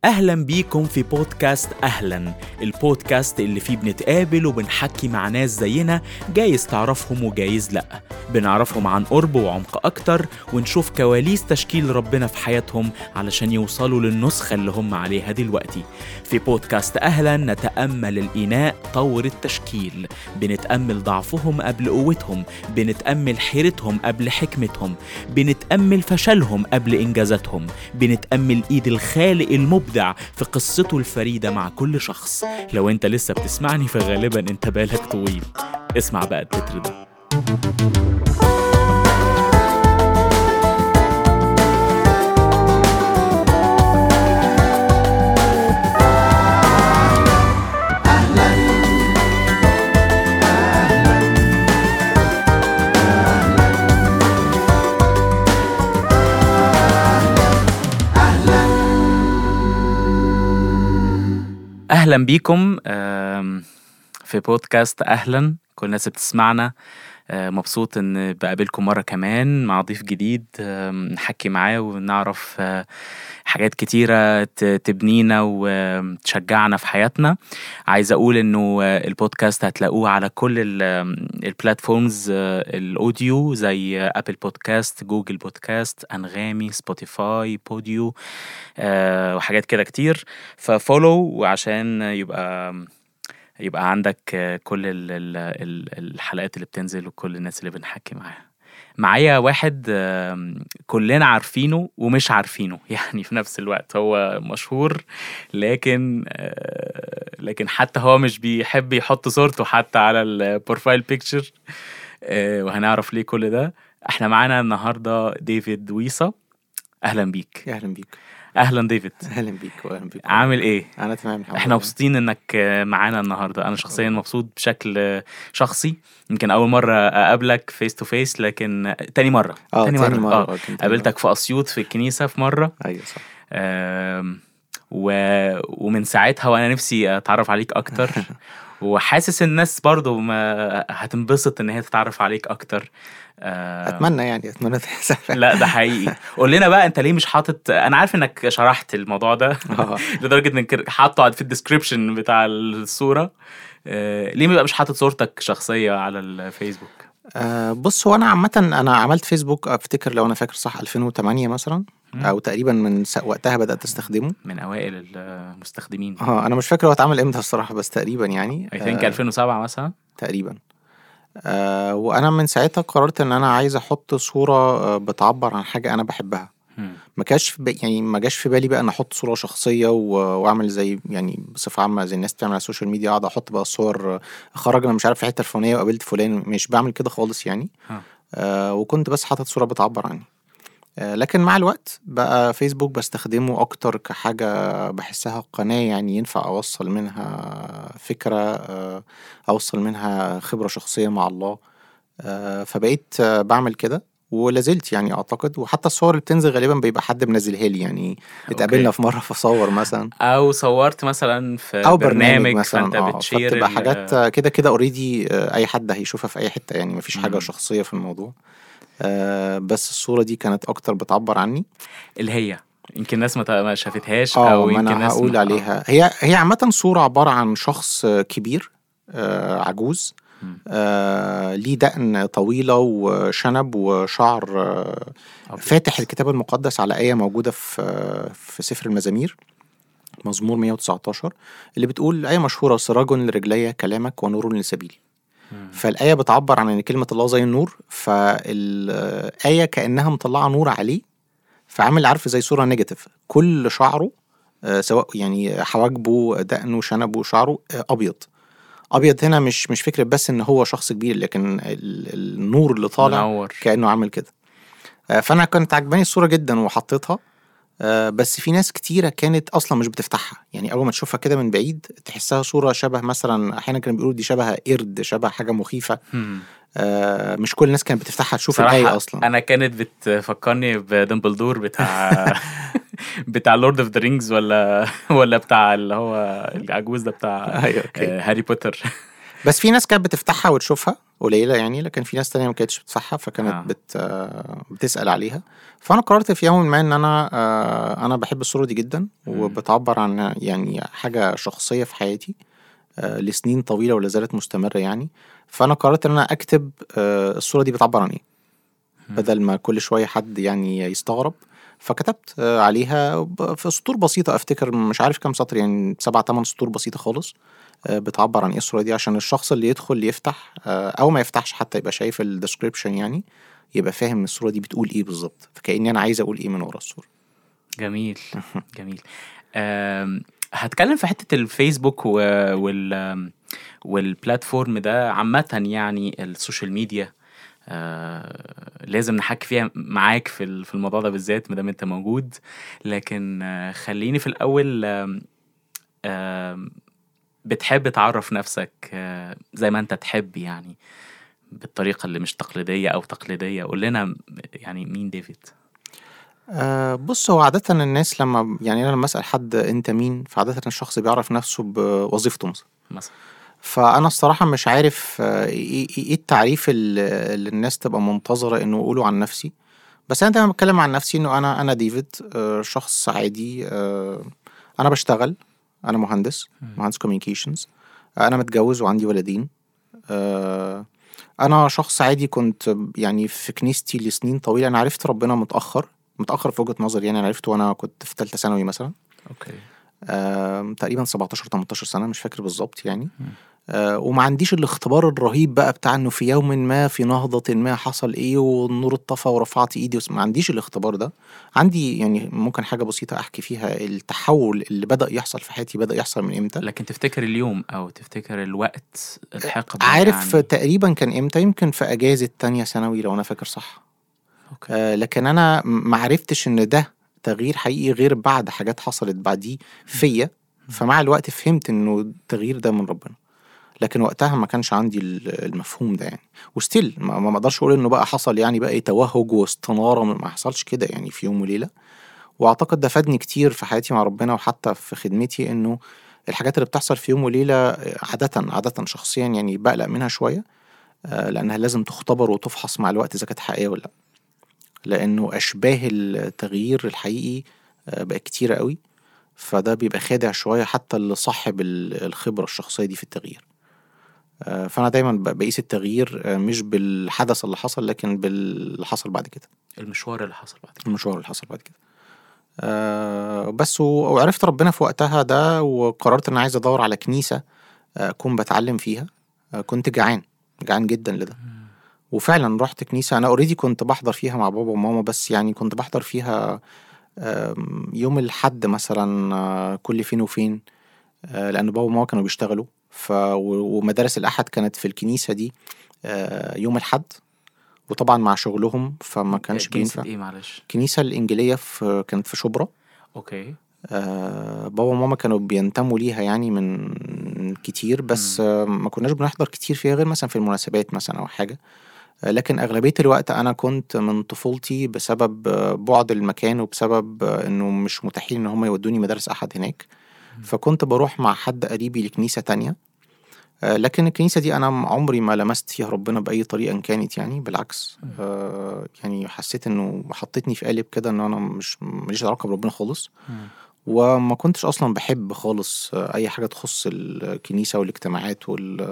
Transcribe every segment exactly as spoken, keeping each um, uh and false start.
أهلا بيكم في بودكاست أهلا، البودكاست اللي فيه بنتقابل وبنحكي مع ناس زينا، جايز تعرفهم وجايز لأ. بنعرفهم عن قرب وعمق أكتر ونشوف كواليس تشكيل ربنا في حياتهم علشان يوصلوا للنسخة اللي هم عليها دلوقتي. في بودكاست أهلا نتأمل الإناء طور التشكيل، بنتأمل ضعفهم قبل قوتهم، بنتأمل حيرتهم قبل حكمتهم، بنتأمل فشلهم قبل إنجازاتهم، بنتأمل إيد الخالق المبدع في قصته الفريدة مع كل شخص. لو انت لسه بتسمعني فغالبا انت بالك طويل. اسمع بقى التتر ده. أهلا بيكم في بودكاست أهلا. كل الناس بتسمعنا، مبسوط إن بقابلكم مرة كمان مع ضيف جديد نحكي معاه ونعرف حاجات كتيرة تبنينا وتشجعنا في حياتنا. عايز أقول إنه البودكاست هتلاقوه على كل البلاتفورمز الأوديو زي أبل بودكاست، جوجل بودكاست، أنغامي، سبوتيفاي، بوديو وحاجات كده كتير. ففولو عشان يبقى يبقى عندك كل الحلقات اللي بتنزل وكل الناس اللي بنحكي معاها. معايا واحد كلنا عارفينه ومش عارفينه يعني في نفس الوقت. هو مشهور لكن لكن حتى هو مش بيحب يحط صورته حتى على البروفايل بيكتشر، وهنعرف ليه كل ده. احنا معانا النهاردة ديفيد ويصا. اهلا بيك. اهلا بيك. اهلا ديفيد. اهلا بيك واهلا بيك. عامل ايه؟ انا تمام. احنا مبسوطين انك معانا النهارده. انا شخصيا مبسوط بشكل شخصي. يمكن اول مره اقابلك فيس تو فيس، لكن تاني مره اه تاني مره, مرة. آه. قابلتك في اسيوط في الكنيسه في مره. ايوه صح. آه و... ومن ساعتها وانا نفسي اتعرف عليك اكتر وحاسس الناس برضو ما هتنبسط ان هي تتعرف عليك اكتر. اتمنى يعني اتمنى تحسن. لا ده حقيقي. قول لنا بقى انت ليه مش حاطط، انا عارف انك شرحت الموضوع ده لدرجه انك حاطه في الديسكريبشن بتاع الصوره، ليه بقى مش حاطط صورتك شخصيه على الفيسبوك؟ أه بص، هو انا عامه انا عملت فيسبوك افتكر لو انا فاكر صح ألفين وثمانية مثلا، او تقريبا من وقتها بدات استخدمه، من اوائل المستخدمين. اه انا مش فاكر هو اتعمل امتى الصراحه، بس تقريبا يعني I think ألفين وسبعة مثلا تقريبا. آه وانا من ساعتها قررت ان انا عايز احط صوره آه بتعبر عن حاجه انا بحبها. ما كاش يعني ما جاش في بالي بقى ان احط صوره شخصيه واعمل زي يعني بصفه عامه زي الناس بتعمل على السوشيال ميديا، اقعد احط بقى صور خرجنا مش عارف في حته الفلانيه وقابلت فلان. مش بعمل كده خالص يعني. آه وكنت بس حاطط صوره بتعبر عني. آه لكن مع الوقت بقى فيسبوك بستخدمه اكتر كحاجه بحسها قناه، يعني ينفع اوصل منها فكره، آه اوصل منها خبره شخصيه مع الله. آه فبقيت آه بعمل كده ولازلت يعني اعتقد. وحتى الصور اللي بتنزل غالبا بيبقى حد منزلها لي، يعني اتقابلنا في مره فصور مثلا او صورت مثلا في أو برنامج, برنامج مثلا، فانت اه بتشير فبتبقى ال... حاجات كده كده اوريدي اي حد هيشوفها في اي حته، يعني مفيش حاجه شخصيه في الموضوع. آه بس الصوره دي كانت اكتر بتعبر عني، اللي هي يمكن الناس ما شافتهاش اه او ما يمكن انا هقول عليها. هي هي عامه صوره عباره عن شخص كبير آه عجوز، آه ليه دقن طويلة وشنب وشعر، آه فاتح الكتاب المقدس على آية موجودة في آه في سفر المزامير مزمور مية وتسعتاشر، اللي بتقول آية مشهورة: سراج لرجلي كلامك ونور لسبيلي. فالآية بتعبر عن أن كلمة الله زي النور، فالآية كأنها مطلعة نور عليه، فعامل عارف زي صورة نيجاتيف. كل شعره آه سواء يعني حواجبه دقنه شنبه شعره آه أبيض. ابيض هنا مش مش فكره بس ان هو شخص كبير، لكن النور اللي طالع منور. كانه عامل كده. فانا كنت عجباني الصوره جدا وحطيتها، بس في ناس كتيره كانت اصلا مش بتفتحها، يعني اول ما تشوفها كده من بعيد تحسها صوره شبه مثلا، احيانا كانوا بيقولوا دي شبه قرد، شبه حاجه مخيفه. آه مش كل الناس كانت بفتحها تشوف الآية اصلا. انا كانت بتفكرني بدمبلدور بتاع بتاع لورد اوف ذا رينجز، ولا ولا بتاع اللي هو العجوز ده بتاع هاري بوتر. بس في ناس كانت بتفتحها وتشوفها، قليله يعني، لكن في ناس تانية ما كانتش بتدفعها فكانت آه. بت آه، بتسال عليها. فانا قررت في يوم ما ان انا آه، انا بحب الصوره دي جدا، وبتعبر عن يعني حاجه شخصيه في حياتي آه، لسنين طويله ولا زالت مستمره يعني. فانا قررت ان انا اكتب آه، الصوره دي بتعبر عن ايه، بدل ما كل شويه حد يعني يستغرب. فكتبت آه، عليها ب- في سطور بسيطه، افتكر مش عارف كام سطر يعني، سبعة تمن سطور بسيطه خالص آه، بتعبر عن ايه الصوره دي، عشان الشخص اللي يدخل يفتح آه، او ما يفتحش حتى يبقى شايف الديسكريبشن يعني، يبقى فاهم الصوره دي بتقول ايه بالظبط، فكأني انا عايز اقول ايه من ورا الصوره. جميل جميل. آم، هتكلم في حتة الفيسبوك و- وال آم، والبلاتفورم ده عامة، يعني السوشيال ميديا. آه لازم نحكي فيها معاك في ال- في الموضوع ده بالذات مادام انت موجود. لكن آه خليني في الأول، آم، آم، بتحب تعرف نفسك آه زي ما انت تحب يعني، بالطريقة اللي مش تقليدية أو تقليدية. قول لنا يعني مين ديفيد؟ أه بص، هو عادة الناس لما يعني أنا لما أسأل حد أنت مين، فعادة الشخص بيعرف نفسه بوظيفته مثلا. مثلا. فأنا الصراحة مش عارف آه، إيه إيه- إيه التعريف اللي اللي الناس تبقى منتظرة إنه يقولوا عن نفسي. بس أنا دايما بتكلم عن نفسي إنه أنا أنا ديفيد، آه، شخص عادي. آه، أنا بشتغل، أنا مهندس مهندس كوميونيكيشنز. أنا متجوز وعندي ولدين. آه، أنا شخص عادي، كنت يعني في كنيستي لسنين طويلة. أنا عرفت ربنا متأخر متأخر في وجهة نظري يعني. أنا عرفته وأنا كنت في تالتة ثانوي مثلا، اوكي. آه، تقريبا سبعتاشر تمنتاشر سنة، مش فاكر بالظبط يعني. آه، وما عنديش الاختبار الرهيب بقى بتاع انه في يوم ما في نهضة ما حصل ايه والنور اتطفى ورفعت ايدي، ما عنديش الاختبار ده. عندي يعني ممكن حاجة بسيطة احكي فيها التحول اللي بدأ يحصل في حياتي، بدأ يحصل من امتى. لكن تفتكر اليوم او تفتكر الوقت، الحقبة عارف يعني؟ تقريبا كان امتى؟ يمكن في اجازة تانية ثانوي لو انا فاكر صح. اوكي. آه، لكن انا م- معرفتش ان ده تغيير حقيقي غير بعد حاجات حصلت بعديه فيا. فمع الوقت فهمت انه التغيير ده من ربنا، لكن وقتها ما كانش عندي ال- المفهوم ده يعني. وستيل ما ما اقدرش اقول انه بقى حصل يعني بقى إيه توهج واستنارة، ما حصلش كده يعني في يوم وليلة. واعتقد ده فادني كتير في حياتي مع ربنا وحتى في خدمتي، انه الحاجات اللي بتحصل في يوم وليلة آه، عادة عادة شخصيا يعني بقلق منها شوية، آه، لأنها لازم تختبر وتفحص مع الوقت إذا كانت حقيقية ولا لأ. لأنه أشباه التغيير الحقيقي آه، بقت كتيرة قوي، فده بيبقى خادع شوية حتى اللي صاحب ال- الخبرة الشخصية دي في التغيير. آه، فأنا دايما ب- بقيس التغيير آه، مش بالحدث اللي حصل، لكن باللي حصل بعد كده، المشوار اللي حصل بعد كده. المشوار اللي حصل بعد كده. آه، بس و- وعرفت ربنا في وقتها ده، وقررت ان أنا عايز ادور على كنيسة آه، اكون بتعلم فيها. آه، كنت جعان جعان جدا لده. وفعلا رحت كنيسة أنا اوريدي كنت بحضر فيها مع بابا وماما، بس يعني كنت بحضر فيها آم، يوم الحد مثلا آه، كل فين وفين، آه، لأن بابا وماما كانوا بيشتغلوا. ف و- ومدارس الأحد كانت في الكنيسة دي آه، يوم الحد، وطبعا مع شغلهم فما كانش كنيسة بينفع. ايه معلش؟ الكنيسة الإنجيلية في كانت في شبرا. اوكي. آه، بابا وماما كانوا بينتموا ليها يعني من كتير، بس مم. آه، ما كناش بنحضر كتير فيها غير مثلا في المناسبات مثلا أو حاجة. آه، لكن أغلبية الوقت أنا كنت من طفولتي بسبب آه، بعد المكان، وبسبب آه، إنه مش متاحين إن هم يودوني مدارس أحد هناك، فكنت بروح مع حد قريبي لكنيسة تانية. آه، لكن الكنيسة دي أنا عمري ما لمست فيها ربنا بأي طريقة إن كانت يعني، بالعكس. آه، يعني حسيت إنه حطتني في قالب كده إن أنا مش ماليش علاقة بربنا خالص. مم. وما كنتش أصلا بحب خالص آه، أي حاجة تخص الكنيسة والاجتماعات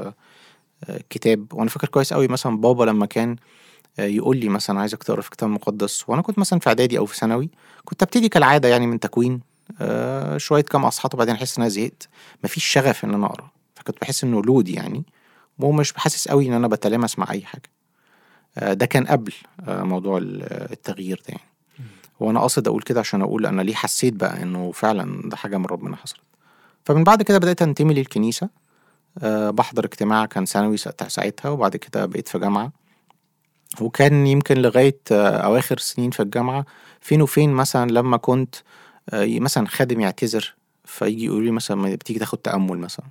والكتاب. وأنا فاكر كويس قوي مثلا بابا لما كان آه، يقول لي مثلا عايزك تقرا في كتاب مقدس، وأنا كنت مثلا في إعدادي أو في ثانوي، كنت أبتدي كالعادة يعني من تكوين آه، شوية كام أصحاح، وبعدين أحس إن أنا زهقت، مفيش شغف إن أنا أقرا. فكنت بحس إنه لود يعني، ومش بحسس قوي إن أنا بتلامس مع أي حاجة. آه، ده كان قبل آه، موضوع ال- التغيير ده يعني. وانا قاصد اقول كده عشان اقول انا ليه حسيت بقى انه فعلا ده حاجه من ربنا حصلت. فمن بعد كده بدات انتمي للكنيسه. أه بحضر اجتماع كان ثانوي ساعتها ساعتها، وبعد كده بقيت في جامعه. وكان يمكن لغايه أه اواخر سنين في الجامعه، فين وفين مثلا لما كنت أه مثلا خادم يعتذر فيجي يقول لي مثلا ما بتيجي تاخد تامل مثلا.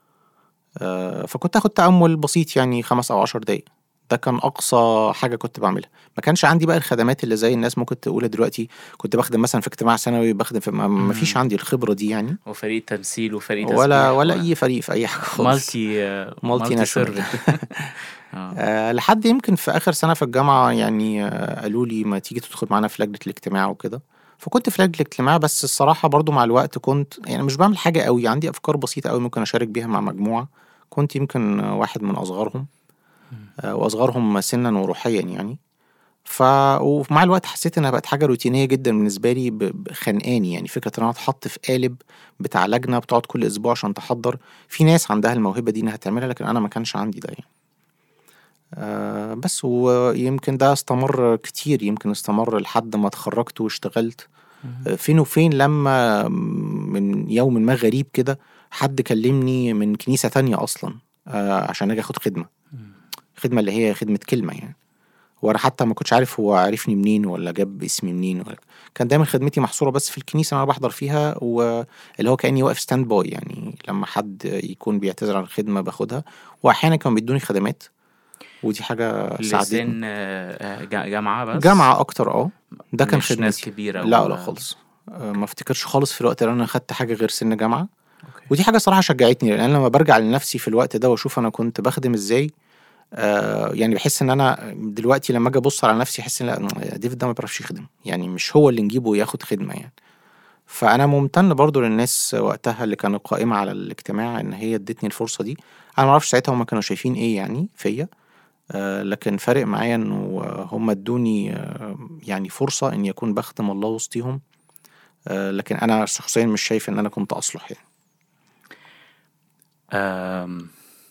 أه فكنت اخد تامل بسيط يعني خمس او عشر دقايق. ده كان اقصى حاجه كنت بعملها. ما كانش عندي بقى الخدمات اللي زي الناس ممكن تقولها دلوقتي. كنت بخدم مثلا في اجتماع ثانوي، بخدم في ما ما فيش مم. عندي الخبره دي يعني، وفريق تمثيل وفريق ولا تسبيح ولا و اي فريق في اي حاجه خالص. مالتي مالتي مالتي ناشونال. سيرفنت. آه. آه لحد يمكن في اخر سنه في الجامعه يعني آه قالوا لي ما تيجي تدخل معانا في لجنه الاجتماع وكده، فكنت في لجنه الاجتماع. بس الصراحه برضو مع الوقت كنت يعني مش بعمل حاجه قوي، عندي افكار بسيطه قوي ممكن اشارك بيها مع مجموعه، كنت يمكن واحد من اصغرهم آه واصغرهم سنا وروحيا يعني. ف ومع الوقت حسيت انها بقت حاجه روتينيه جدا بالنسبه لي، ب- ب- خانقاني يعني فكره ان انا اتحط في قالب بتاع لجنه بتقعد كل اسبوع عشان تحضر. في ناس عندها الموهبه دي انها تعملها، لكن انا ما كانش عندي ده يعني. آه بس ويمكن ده استمر كتير، يمكن استمر لحد ما اتخرجت واشتغلت. آه فين وفين لما من يوم ما غريب كده حد كلمني من كنيسه تانية اصلا آه عشان اجي اخد خدمه، خدمه اللي هي خدمه كلمه يعني. وانا حتى ما كنتش عارف هو عارفني منين ولا جاب اسمي منين ولا. كان دايما خدمتي محصوره بس في الكنيسه اللي انا بحضر فيها، واللي هو كاني واقف ستاند باي يعني لما حد يكون بيعتذر عن الخدمه باخدها. واحيانا كانوا بيدوني خدمات، ودي حاجه ساعدتني. لسن آه، جا- جامعة بس؟ جامعه اكتر اه ده كان مش ناس خدمتي. كبيرة لا و... لا خالص. آه، ما افتكرش خالص في الوقت اللي انا خدت حاجه غير سن جامعه. أوكي. ودي حاجه صراحه شجعتني، لان أنا لما برجع لنفسي في الوقت ده واشوف انا كنت بخدم ازاي، آه يعني بحس ان انا دلوقتي لما اجي ابص على نفسي احس ان لا، ديفيد ده ما بيعرفش يخدم يعني، مش هو اللي نجيبه ياخد خدمه يعني. فانا ممتن برضو للناس وقتها اللي كانوا قائمه على الاجتماع ان هي ادتني الفرصه دي. انا ما اعرفش ساعتها هم كانوا شايفين ايه يعني فيا، آه لكن فارق معايا انه هم ادوني آه يعني فرصه ان يكون بخدم الله وسطيهم. آه لكن انا شخصيا مش شايف ان انا كنت اصلح يعني. آم،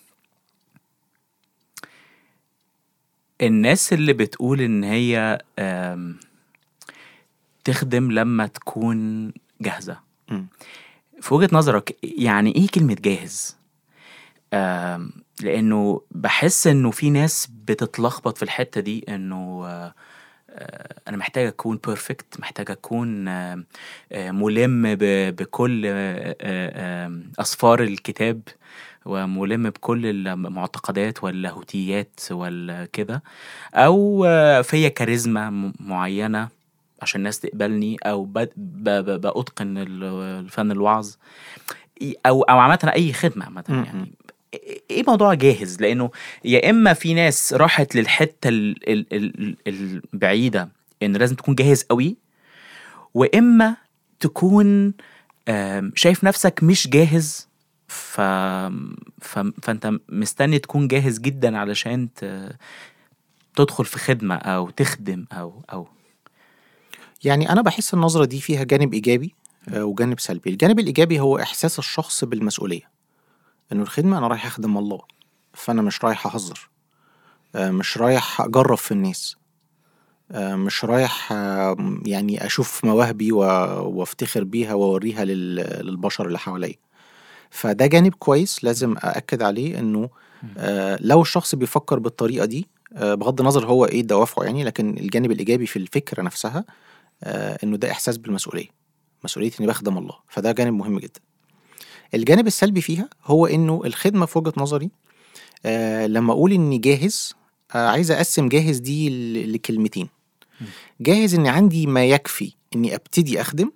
الناس اللي بتقول ان هي آم، تخدم لما تكون جاهزة، م. في وجهة نظرك يعني ايه كلمة جاهز؟ آم، لانه بحس انه في ناس بتتلخبط في الحتة دي، انه آه، آه، انا محتاج اكون بيرفكت، محتاج اكون آه، آه، ملم ب- بكل آه، آه، آه، اسفار الكتاب، وملم بكل المعتقدات واللاهوتيات والكده، او آه، فيا كاريزما م- معينة عشان الناس تقبلني، او ب- ب- ب- بأتقن ال- الفن الوعظ، او او عامه اي خدمه عامه م- م. يعني. ايه موضوع جاهز؟ لانه يا اما في ناس راحت للحته ال- ال- ال- البعيده ان لازم تكون جاهز قوي، واما تكون آم، شايف نفسك مش جاهز، ف... ف... فانت مستني تكون جاهز جدا علشان ت... تدخل في خدمه او تخدم او او يعني أنا بحس النظرة دي فيها جانب إيجابي آه، وجانب سلبي. الجانب الإيجابي هو إحساس الشخص بالمسؤولية، إنه الخدمة أنا رايح أخدم الله، فأنا مش رايح أهزر، آه، مش رايح أجرب في الناس، آه، مش رايح آه، يعني أشوف مواهبي و- وافتخر بيها وأوريها لل- للبشر اللي حواليا. فده جانب كويس لازم أأكد عليه، إنه آه، لو الشخص بيفكر بالطريقة دي آه، بغض النظر هو إيه دوافعه يعني، لكن الجانب الإيجابي في الفكرة نفسها آه، إنه ده إحساس بالمسؤولية، مسؤولية إني بخدم الله، فده جانب مهم جدا. الجانب السلبي فيها هو إنه الخدمة في وجهة نظري آه لما أقول إني جاهز، آه عايز أقسم جاهز دي ل- لكلمتين. جاهز إن عندي ما يكفي إني أبتدي أخدم،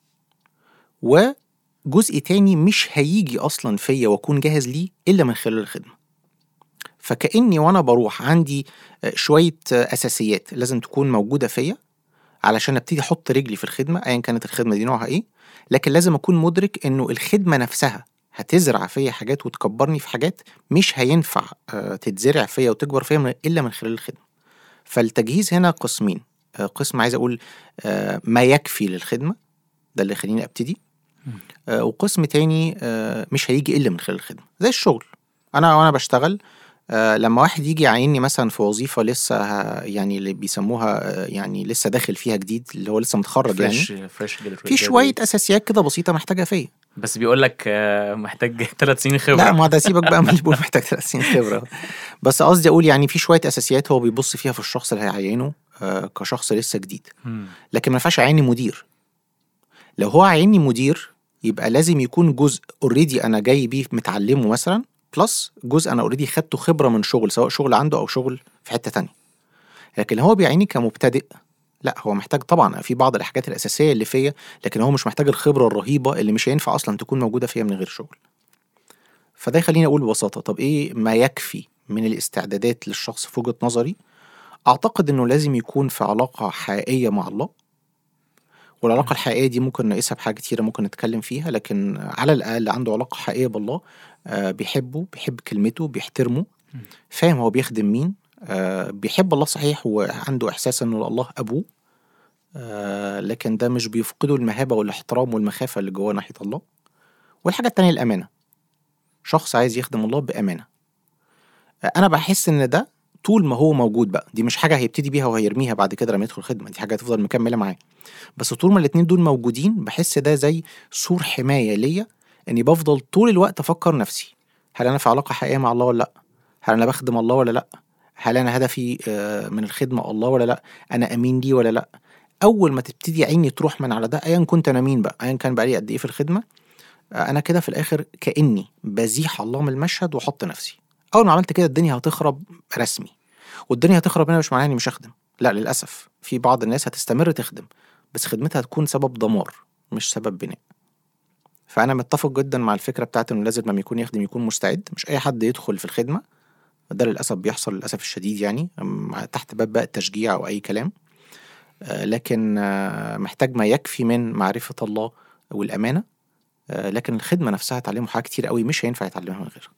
وجزء تاني مش هيجي أصلا فيا وأكون جاهز ليه إلا من خلال الخدمة. فكأني وأنا بروح عندي آه، شوية آه، أساسيات لازم تكون موجودة فيا علشان ابتدي احط رجلي في الخدمه ايا كانت الخدمه دي نوعها ايه. لكن لازم اكون مدرك انه الخدمه نفسها هتزرع فيا حاجات وتكبرني في حاجات مش هينفع آه، تتزرع فيا وتكبر فيا من- الا من خلال الخدمه. فالتجهيز هنا قسمين، آه، قسم عايز اقول آه، ما يكفي للخدمه، ده اللي يخليني ابتدي، آه، وقسم تاني آه، مش هيجي الا من خلال الخدمه. زي الشغل، انا وانا بشتغل آه لما واحد يجي يعيني مثلا في وظيفة لسه ه- يعني اللي بيسموها آه يعني لسه داخل فيها جديد، اللي هو لسه متخرج يعني، فريش فريش في شوية أساسيات كده بسيطة محتاجة فيا. بس بيقول لك آه، محتاج ثلاث سنين لا خبره. ما ده سيبك بقى من اللي بيقول محتاج ثلاث سنين خبرة. بس قصدي أقول يعني في شوية أساسيات هو بيبص فيها في الشخص اللي هيعينه آه كشخص لسه جديد. مم. لكن ما ينفعش يعيني مدير. لو هو عيني مدير يبقى لازم يكون جزء اوريدي أنا جاي بيه متعلمه مثلا، بلس جزء أنا اوريدي خدته خبرة من شغل، سواء شغل عنده أو شغل في حتة تانية. لكن هو بيعيني كمبتدئ، لا هو محتاج طبعا في بعض الحاجات الأساسية اللي فيا، لكن هو مش محتاج الخبرة الرهيبة اللي مش هينفع أصلا تكون موجودة فيا من غير شغل. فده يخليني أقول ببساطة، طب إيه ما يكفي من الاستعدادات للشخص في وجهة نظري، أعتقد إنه لازم يكون في علاقة حقيقية مع الله. والعلاقة الحقيقية دي ممكن نقيسها بحاجة كتيرة ممكن نتكلم فيها، لكن على الأقل عنده علاقة حقيقية بالله. آه بيحبه، بيحب كلمته، بيحترمه، فاهم هو بيخدم مين. آه بيحب الله صحيح، وعنده إحساس إنه الله أبوه. آه لكن ده مش بيفقده المهابة والاحترام والمخافة اللي جواه ناحية الله. والحاجة التانية الأمانة، شخص عايز يخدم الله بأمانة. آه أنا بحس إن ده طول ما هو موجود بقى، دي مش حاجة هيبتدي بيها وهيرميها بعد كده لما يدخل خدمة، دي حاجة هتفضل مكملة معاه. بس طول ما الاتنين دول موجودين بحس ده زي سور حماية ليا، اني بفضل طول الوقت افكر نفسي: هل انا في علاقة حقيقية مع الله ولا لا؟ هل انا بخدم الله ولا لا؟ هل انا هدفي آه، من الخدمة الله ولا لا؟ انا امين ليه ولا لا؟ اول ما تبتدي عيني تروح من على ده، ايا كنت انا مين بقى، ايا كان بقالي قد ايه في الخدمة، آه، انا كده في الاخر كاني بزيح الله من المشهد واحط نفسي. اول ما عملت كده الدنيا هتخرب رسمي. والدنيا هتخرب هنا مش معناها اني مش هخدم، لا، للاسف في بعض الناس هتستمر تخدم، بس خدمتها هتكون سبب دمار مش سبب بناء. فانا متفق جدا مع الفكره بتاعت انه لازم لما يكون يخدم يكون مستعد، مش اي حد يدخل في الخدمه. ده للاسف بيحصل للاسف الشديد يعني، أم- تحت باب بقى التشجيع او اي كلام. آه، لكن آه، محتاج ما يكفي من معرفه الله والامانه. آه، لكن الخدمه نفسها تعلمه حاجات كتير قوي مش هينفع يتعلمها من غيرها.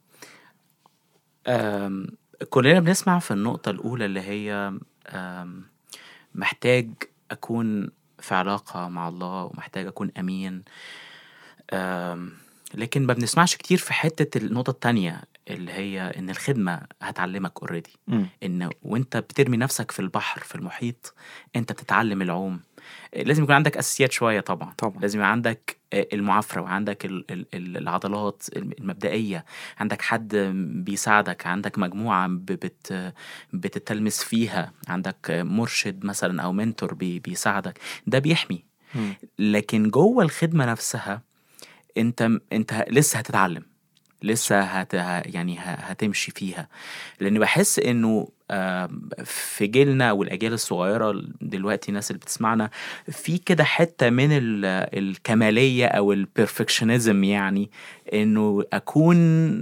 أم، كلنا بنسمع في النقطة الأولى اللي هي أم، محتاج أكون في علاقة مع الله ومحتاج أكون أمين. أم، لكن ما بنسمعش كتير في حتة النقطة التانية اللي هي إن الخدمة هتعلمك اوريدي، مم. إن وإنت بترمي نفسك في البحر في المحيط أنت بتتعلم العوم. لازم يكون عندك أساسيات شوية طبعا. طبعا. لازم يبقى عندك آه، المعافرة، وعندك ال- ال- ال- العضلات المبدئية، عندك حد بيساعدك، عندك مجموعة ب- بت بتتلمس فيها، عندك مرشد مثلا أو منتور بي بيساعدك. ده بيحمي. مم. لكن جوه الخدمة نفسها انت انت لسه هتتعلم، لسه هت يعني ه- هتمشي فيها. لان بحس انه آم، في جيلنا والاجيال الصغيره دلوقتي، الناس اللي بتسمعنا، في كده حته من ال- الكماليه او البرفكشنزم، يعني انه اكون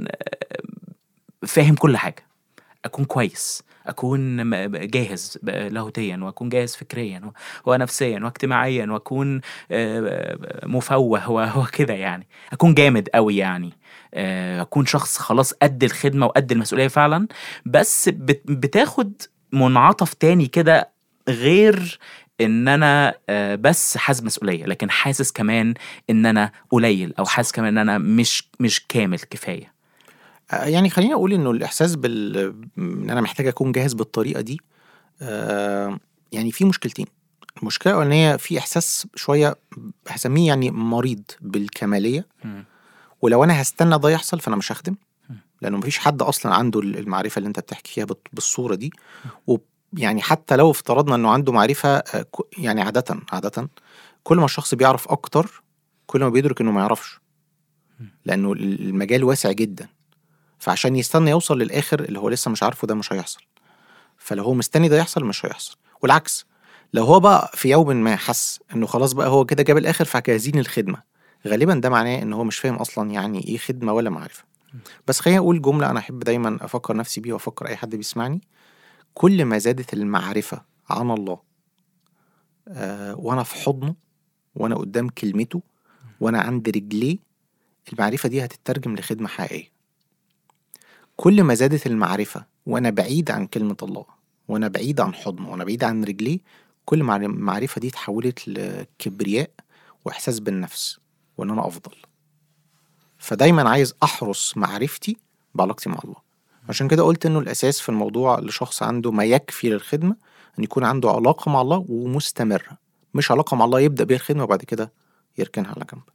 فاهم كل حاجه، اكون كويس، اكون م- جاهز ب- لاهوتيا، واكون جاهز فكريا و- ونفسيا واجتماعيا، واكون آه، مفوه و- وكده يعني، اكون جامد قوي يعني. آه، اكون شخص خلاص قد الخدمة وقد المسؤولية فعلا. بس بت- بتاخد منعطف تاني كده، غير ان انا آه، بس حاسس مسؤولية، لكن حاسس كمان ان انا قليل، او حاسس كمان ان انا مش مش كامل كفاية. آه، يعني خليني اقول انه الاحساس بال ان انا محتاج اكون جاهز بالطريقه دي. آه، يعني في مشكلتين. المشكله الاولانيه في احساس شويه هسميه يعني مريض بالكماليه. مم. ولو انا هستنى ده يحصل فانا مش هخدم، مم. لانه مفيش حد اصلا عنده المعرفه اللي انت بتحكي فيها بت- بالصوره دي. ويعني حتى لو افترضنا انه عنده معرفه، آه، ك- يعني عاده عاده كل ما الشخص بيعرف اكتر كل ما بيدرك انه ما يعرفش، لانه المجال واسع جدا. فعشان يستنى يوصل للاخر اللي هو لسه مش عارفه ده مش هيحصل. فلو هو مستني ده يحصل مش هيحصل. والعكس، لو هو بقى في يوم ما حس انه خلاص بقى هو كده جاب الاخر فجاهزين للخدمه، غالبا ده معناه ان هو مش فاهم اصلا يعني ايه خدمه ولا معرفه. بس خليني اقول جمله انا احب دايما افكر نفسي بيها وافكر اي حد بيسمعني: كل ما زادت المعرفه عن الله، آه وانا في حضنه، وانا قدام كلمته، وانا عند رجليه، المعرفه دي هتترجم لخدمه حقيقيه. كل ما زادت المعرفة وأنا بعيد عن كلمة الله، وأنا بعيد عن حضنه، وأنا بعيد عن رجليه، كل ما المعرفة دي اتحولت لكبرياء وإحساس بالنفس وإن أنا أفضل. فدايما عايز أحرس معرفتي بعلاقتي مع الله. عشان كده قلت إنه الأساس في الموضوع لشخص عنده ما يكفي للخدمة أن يكون عنده علاقة مع الله ومستمرة، مش علاقة مع الله يبدأ بيها الخدمة وبعد كده يركنها على جنب.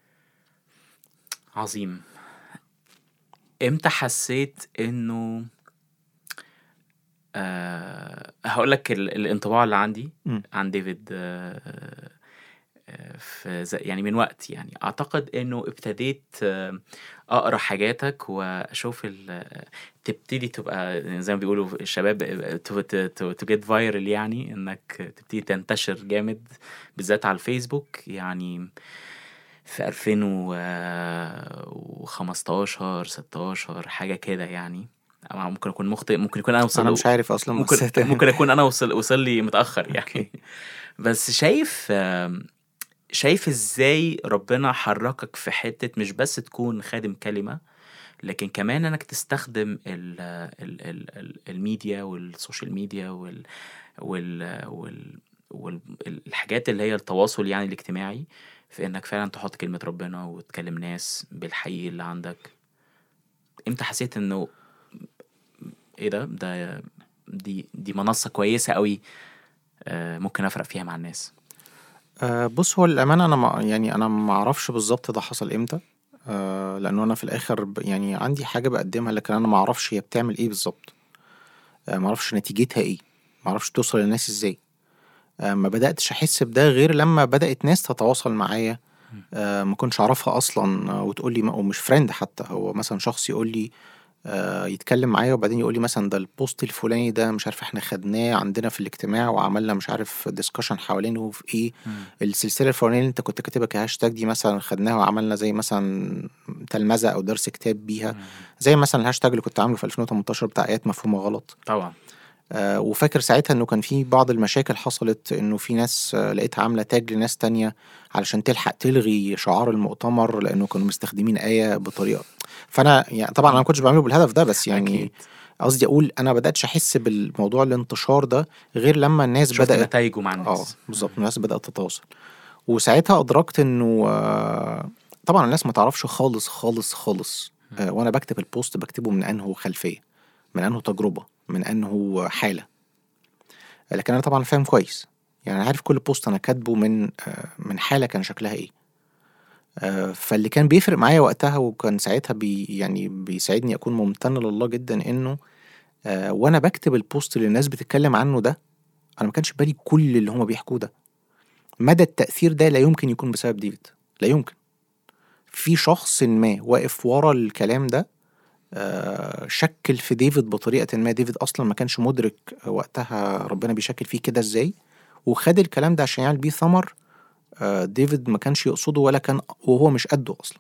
عظيم. امتى حسيت انه أه هقول لك الانطباع اللي عندي م. عن ديفيد؟ أه آه، في زي- يعني من وقت، يعني اعتقد انه ابتديت آه، اقرا حاجاتك واشوف ال- تبتدي تبقى زي ما بيقولوا الشباب تو جيت فايرل، يعني انك تبتدي تنتشر جامد بالذات على الفيسبوك، يعني في ألفين وخمستاشر ستاشر حاجة كده يعني. ممكن اكون مخطئ، ممكن يكون انا وصل انا مش عارف اصلا، ممكن بس ممكن اكون انا وصل وصل لي متاخر يعني. بس شايف آم، شايف ازاي ربنا حركك في حته مش بس تكون خادم كلمه، لكن كمان انك تستخدم ال ال ال ال الميديا والسوشيال ميديا وال وال وال والحاجات اللي هي التواصل يعني الاجتماعي، في انك فعلا تحط كلمة ربنا وتكلم ناس بالحقيقي اللي عندك. امتى حسيت انه ايه ده ده دي دي منصة كويسة قوي، آه، ممكن افرق فيها مع الناس؟ أه بص، هو الامانه انا ما يعني انا ما اعرفش بالظبط ده حصل امتى. أه لانه انا في الاخر ب- يعني عندي حاجه بقدمها، لكن انا ما اعرفش هي بتعمل ايه بالظبط. أه ما اعرفش نتيجتها ايه، ما اعرفش توصل للناس ازاي. أه ما بداتش احس بده غير لما بدات ناس تتواصل معايا، أه ما كنتش اعرفها اصلا، آه، وتقول لي، ومش فريند حتى، هو مثلا شخص يقول لي، آه، يتكلم معايا وبعدين يقول لي مثلا ده البوست الفلاني ده مش عارف احنا خدناه عندنا في الاجتماع وعملنا مش عارف ديسكشن حوالينه في ايه. مم. السلسله الفلانيه اللي انت كنت كاتبها كهاشتاج دي مثلا خدناها وعملنا زي مثلا تلمذه او درس كتاب بيها، مم. زي مثلا الهاشتاج اللي كنت عامله في ألفين وتمنتاشر بتاع ايات مفهومه غلط. طبعا. آه وفاكر ساعتها انه كان في بعض المشاكل حصلت، انه في ناس آه لقيتها عامله تاج لناس تانية علشان تلحق تلغي شعار المؤتمر لانه كانوا مستخدمين آية بطريقة. فانا يعني طبعا انا ما كنتش بعمله بالهدف ده، بس يعني اكيد قصدي اقول انا بداتش احس بالموضوع الانتشار ده غير لما الناس شفت بدات. نتائجه مع اه الناس. بالظبط، مم. الناس بدات تتواصل. وساعتها ادركت انه آه طبعا الناس ما تعرفش خالص خالص خالص، آه وانا بكتب البوست بكتبه من انه خلفيه، من انه تجربه، من انه حاله. لكن انا طبعا فاهم كويس، يعني انا عارف كل بوست انا كاتبه من آه من حاله كان شكلها ايه. آه فاللي كان بيفرق معايا وقتها وكان ساعتها بي يعني بيساعدني اكون ممتن لله جدا، انه آه وانا بكتب البوست اللي الناس بتتكلم عنه ده، انا ما كانش في بالي كل اللي هما بيحكوه ده. مدى التأثير ده لا يمكن يكون بسبب ديفيد، لا يمكن. في شخص ما واقف ورا الكلام ده، آه شكل في ديفيد بطريقة ما. ديفيد أصلا ما كانش مدرك وقتها ربنا بيشكل فيه كده ازاي، وخد الكلام ده عشان يعمل بيه ثمر. آه ديفيد ما كانش يقصده ولا كان، وهو مش قده أصلا.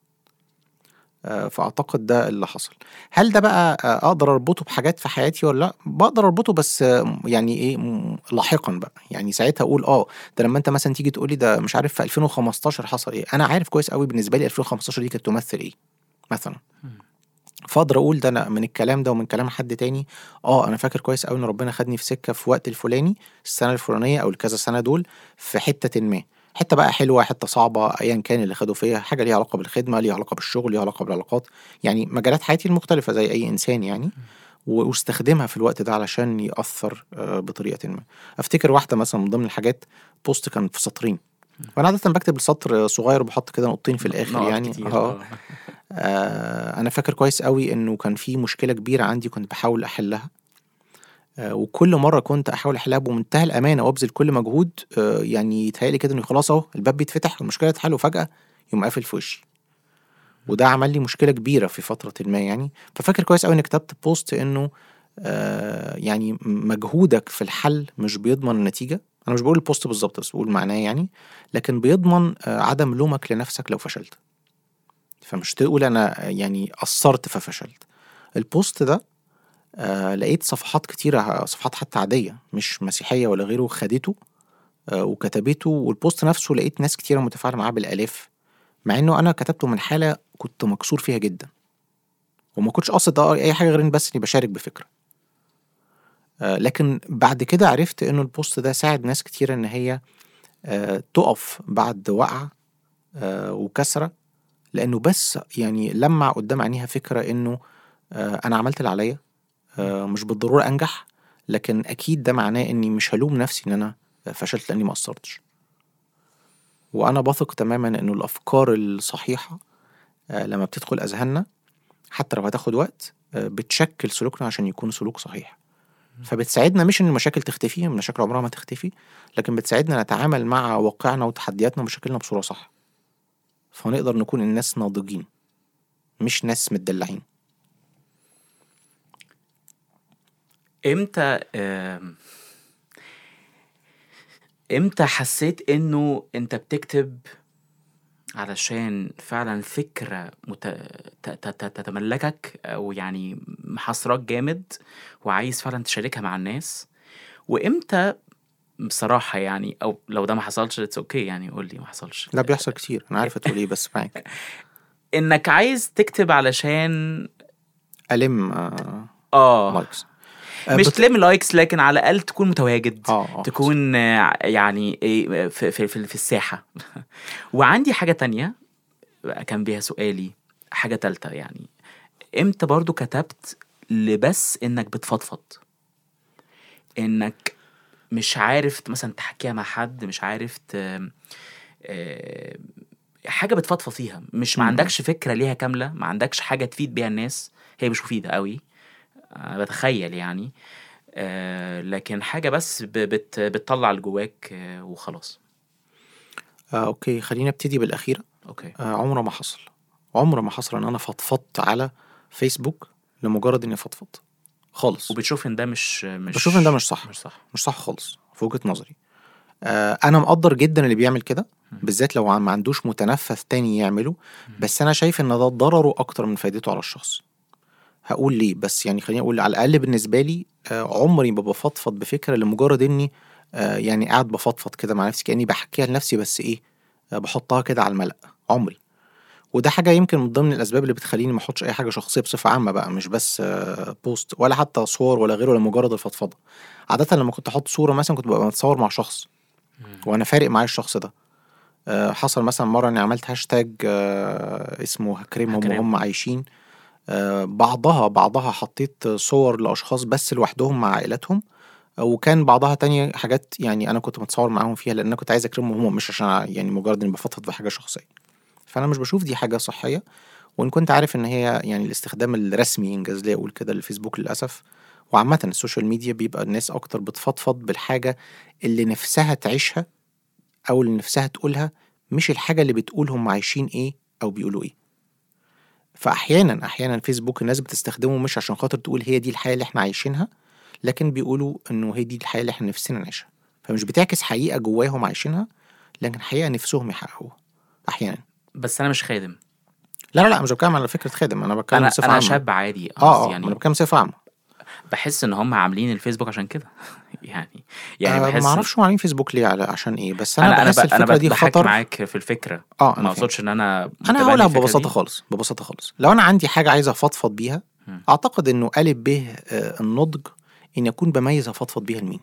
آه، فأعتقد ده اللي حصل. هل ده بقى آه، أقدر أربطه بحاجات في حياتي ولا لأ؟ بقدر أربطه، بس آه، يعني إيه، م- لاحقا بقى. يعني ساعتها أقول آه ده لما أنت مثلا تيجي تقولي ده مش عارف في ألفين وخمستاشر حصل إيه، أنا عارف كويس قوي بالنسبة لي ألفين وخمستاشر دي كانت تمثل إيه مثلا. مم. فاقدر اقول ده انا من الكلام ده ومن كلام حد تاني، اه انا فاكر كويس قوي ان ربنا خدني في سكه في وقت الفلاني، السنه الفلانيه او الكذا سنه دول، في حته ما، حته بقى حلوه، حته صعبه، ايا كان اللي خدوا فيها حاجه ليها علاقه بالخدمه، ليها علاقه بالشغل، ليها علاقه بالعلاقات، يعني مجالات حياتي المختلفه زي اي انسان يعني. و- واستخدمها في الوقت ده علشان يأثر آه، بطريقة ما. أفتكر واحدة مثلا من ضمن الحاجات، بوست كان في سطرين، وأنا عادة بكتب السطر صغير وبحط كده نقطتين في الآخر نقط يعني كتير اه. اه. آه، أنا فاكر كويس قوي إنه كان في مشكلة كبيرة عندي كنت بحاول أحلها. آه، وكل مرة كنت أحاول أحلها بمنتهى الأمانة وأبذل كل مجهود، آه، يعني يتهيألي كده إنه خلاص أهو الباب بيتفتح والمشكلة تتحل، وفجأة يقوم قافل في وشي. وده عمل لي مشكلة كبيرة في فترة ما يعني. ففاكر كويس قوي إني كتبت بوست إنه آه، يعني مجهودك في الحل مش بيضمن النتيجة. أنا مش بقول البوست بالظبط بس بقول معناه يعني، لكن بيضمن آه، عدم لومك لنفسك لو فشلت. فمش تقول أنا يعني قصرت ففشلت. البوست ده آه لقيت صفحات كتيرة، صفحات حتى عادية مش مسيحية ولا غيره، خدته آه وكتبته، والبوست نفسه لقيت ناس كتيرة متفاعلة معاه بالآلاف، مع إنه أنا كتبته من حالة كنت مكسور فيها جدا، وما كنتش قاصد أي حاجة غير إن بس إني بشارك بفكرة. آه لكن بعد كده عرفت إنه البوست ده ساعد ناس كتيرة إن هي آه تقف بعد وقعة آه وكسرة، لأنه بس يعني لمع قدام عينيها فكرة إنه آه أنا عملت اللي عليا، آه، مش بالضرورة أنجح، لكن أكيد ده معناه إني مش هلوم نفسي إن أنا فشلت لأني ما قصرتش. وأنا بثق تماما إنه الأفكار الصحيحة آه، لما بتدخل أذهاننا حتى لو هتاخد وقت آه، بتشكل سلوكنا عشان يكون سلوك صحيح. فبتساعدنا مش إن المشاكل تختفي، المشاكل عمرها ما تختفي، لكن بتساعدنا نتعامل مع واقعنا وتحدياتنا ومشاكلنا بصورة صح، فنقدر نكون الناس ناضجين مش ناس متدلعين. امتى آم، امتى حسيت انه انت بتكتب علشان فعلا فكرة مت... ت... ت... ت- تتملكك، او يعني محصراك جامد وعايز فعلا تشاركها مع الناس، وامتى بصراحة يعني، او لو ده ما حصلش اتس اوكي يعني قول لي ما حصلش. لا بيحصل كتير، انا عارفه تقول ايه بس معاك. انك عايز تكتب علشان الم آه اه لايكس، آه مش بت... تلم لايكس، لكن على الاقل تكون متواجد، اه اه تكون آه، يعني ايه في في في, في الساحة. وعندي حاجة تانية كان بيها سؤالي، حاجة تالتة يعني، امتى برضو كتبت لبس انك بتفضفض، انك مش عارف مثلا تحكيها مع حد، مش عارف ت... آه، حاجة بتفضفض فيها، مش ما م- م. عندكش فكرة ليها كاملة، ما عندكش حاجة تفيد بيها الناس، هي مش مفيدة قوي، أنا بتخيل يعني، آه لكن حاجة بس ب- بت... بتطلع اللي جواك آه وخلاص. آه اوكي، خلينا نبتدي بالاخيره. اوكي. آه عمره ما حصل، عمره ما حصل ان انا فضفضت على فيسبوك لمجرد اني فضفض خالص. وبتشوف ان ده مش بشوف ان ده مش مش صح، مش صح. مش صح خالص في وجهة نظري. آه انا مقدر جدا اللي بيعمل كده، مم. بالذات لو ما عندوش متنفذ تاني يعمله، مم. بس انا شايف ان ده ضرره اكتر من فايدته على الشخص. هقول ليه، بس يعني خليني اقول على الاقل بالنسبه لي، آه عمري ما بفضفض بفكره لمجرد اني آه يعني قاعد بفضفض كده مع نفسي كاني بحكيها لنفسي، بس ايه، آه بحطها كده على الملأ. عمري. وده حاجه يمكن من ضمن الاسباب اللي بتخليني ما احطش اي حاجه شخصيه بصفه عامه بقى، مش بس آه بوست ولا حتى صور ولا غيره لمجرد الفضفضه. عاده لما كنت احط صوره مثلا كنت ببقى متصور مع شخص مم. وانا فارق معايا الشخص ده. آه، حصل مثلا مره اني عملت هاشتاج آه، اسمه هكرمهم وهم هكرمهم. عايشين. آه، بعضها بعضها حطيت صور لاشخاص بس لوحدهم مع عائلاتهم، آه، وكان بعضها تانية حاجات يعني انا كنت متصور معاهم فيها لان انا كنت عايز اكرمهم هم، مش عشان يعني مجرد اني بفضفض بحاجه شخصيه. فانا مش بشوف دي حاجه صحيه، وان كنت عارف ان هي يعني الاستخدام الرسمي انجاز لي اقول كده للفيسبوك للاسف. وعامه السوشيال ميديا بيبقى الناس اكتر بتفضفض بالحاجه اللي نفسها تعيشها او اللي نفسها تقولها، مش الحاجة اللي بتقول هم عايشين ايه او بيقولوا ايه. فاحيانا احيانا فيسبوك الناس بتستخدمه مش عشان خاطر تقول هي دي الحياة اللي احنا عايشينها، لكن بيقولوا انه هي دي الحياة اللي احنا نفسنا نعيشها. فمش بتعكس حقيقة جواهم عايشينها، لكن حقيقة نفسهم يحققوها احيانا. بس انا مش خادم، لا لا لا، مش بتكلم على فكرة خادم، انا بتكلم انا بصفة انا عامة. شاب عادي قصدي اه اه ما انا يعني، بتكلم بصفة عامة. بحس ان هم عاملين الفيسبوك عشان كده. يعني يعني آه ما بحس إن اعرفش معين فيسبوك ليه على عشان ايه، بس انا انا انا ب... بحس انا الفكرة بت- دي بحكي خطر. معاك في الفكرة، اه ما انا فاهم. اقصدش ان انا انا متبني هقولها الفكرة ببساطه دي. خالص، ببساطه خالص لو انا عندي حاجه عايزه افضفض بيها، مم. اعتقد انه الف ب آه، النضج ان اكون بميز افضفض بيها لمين.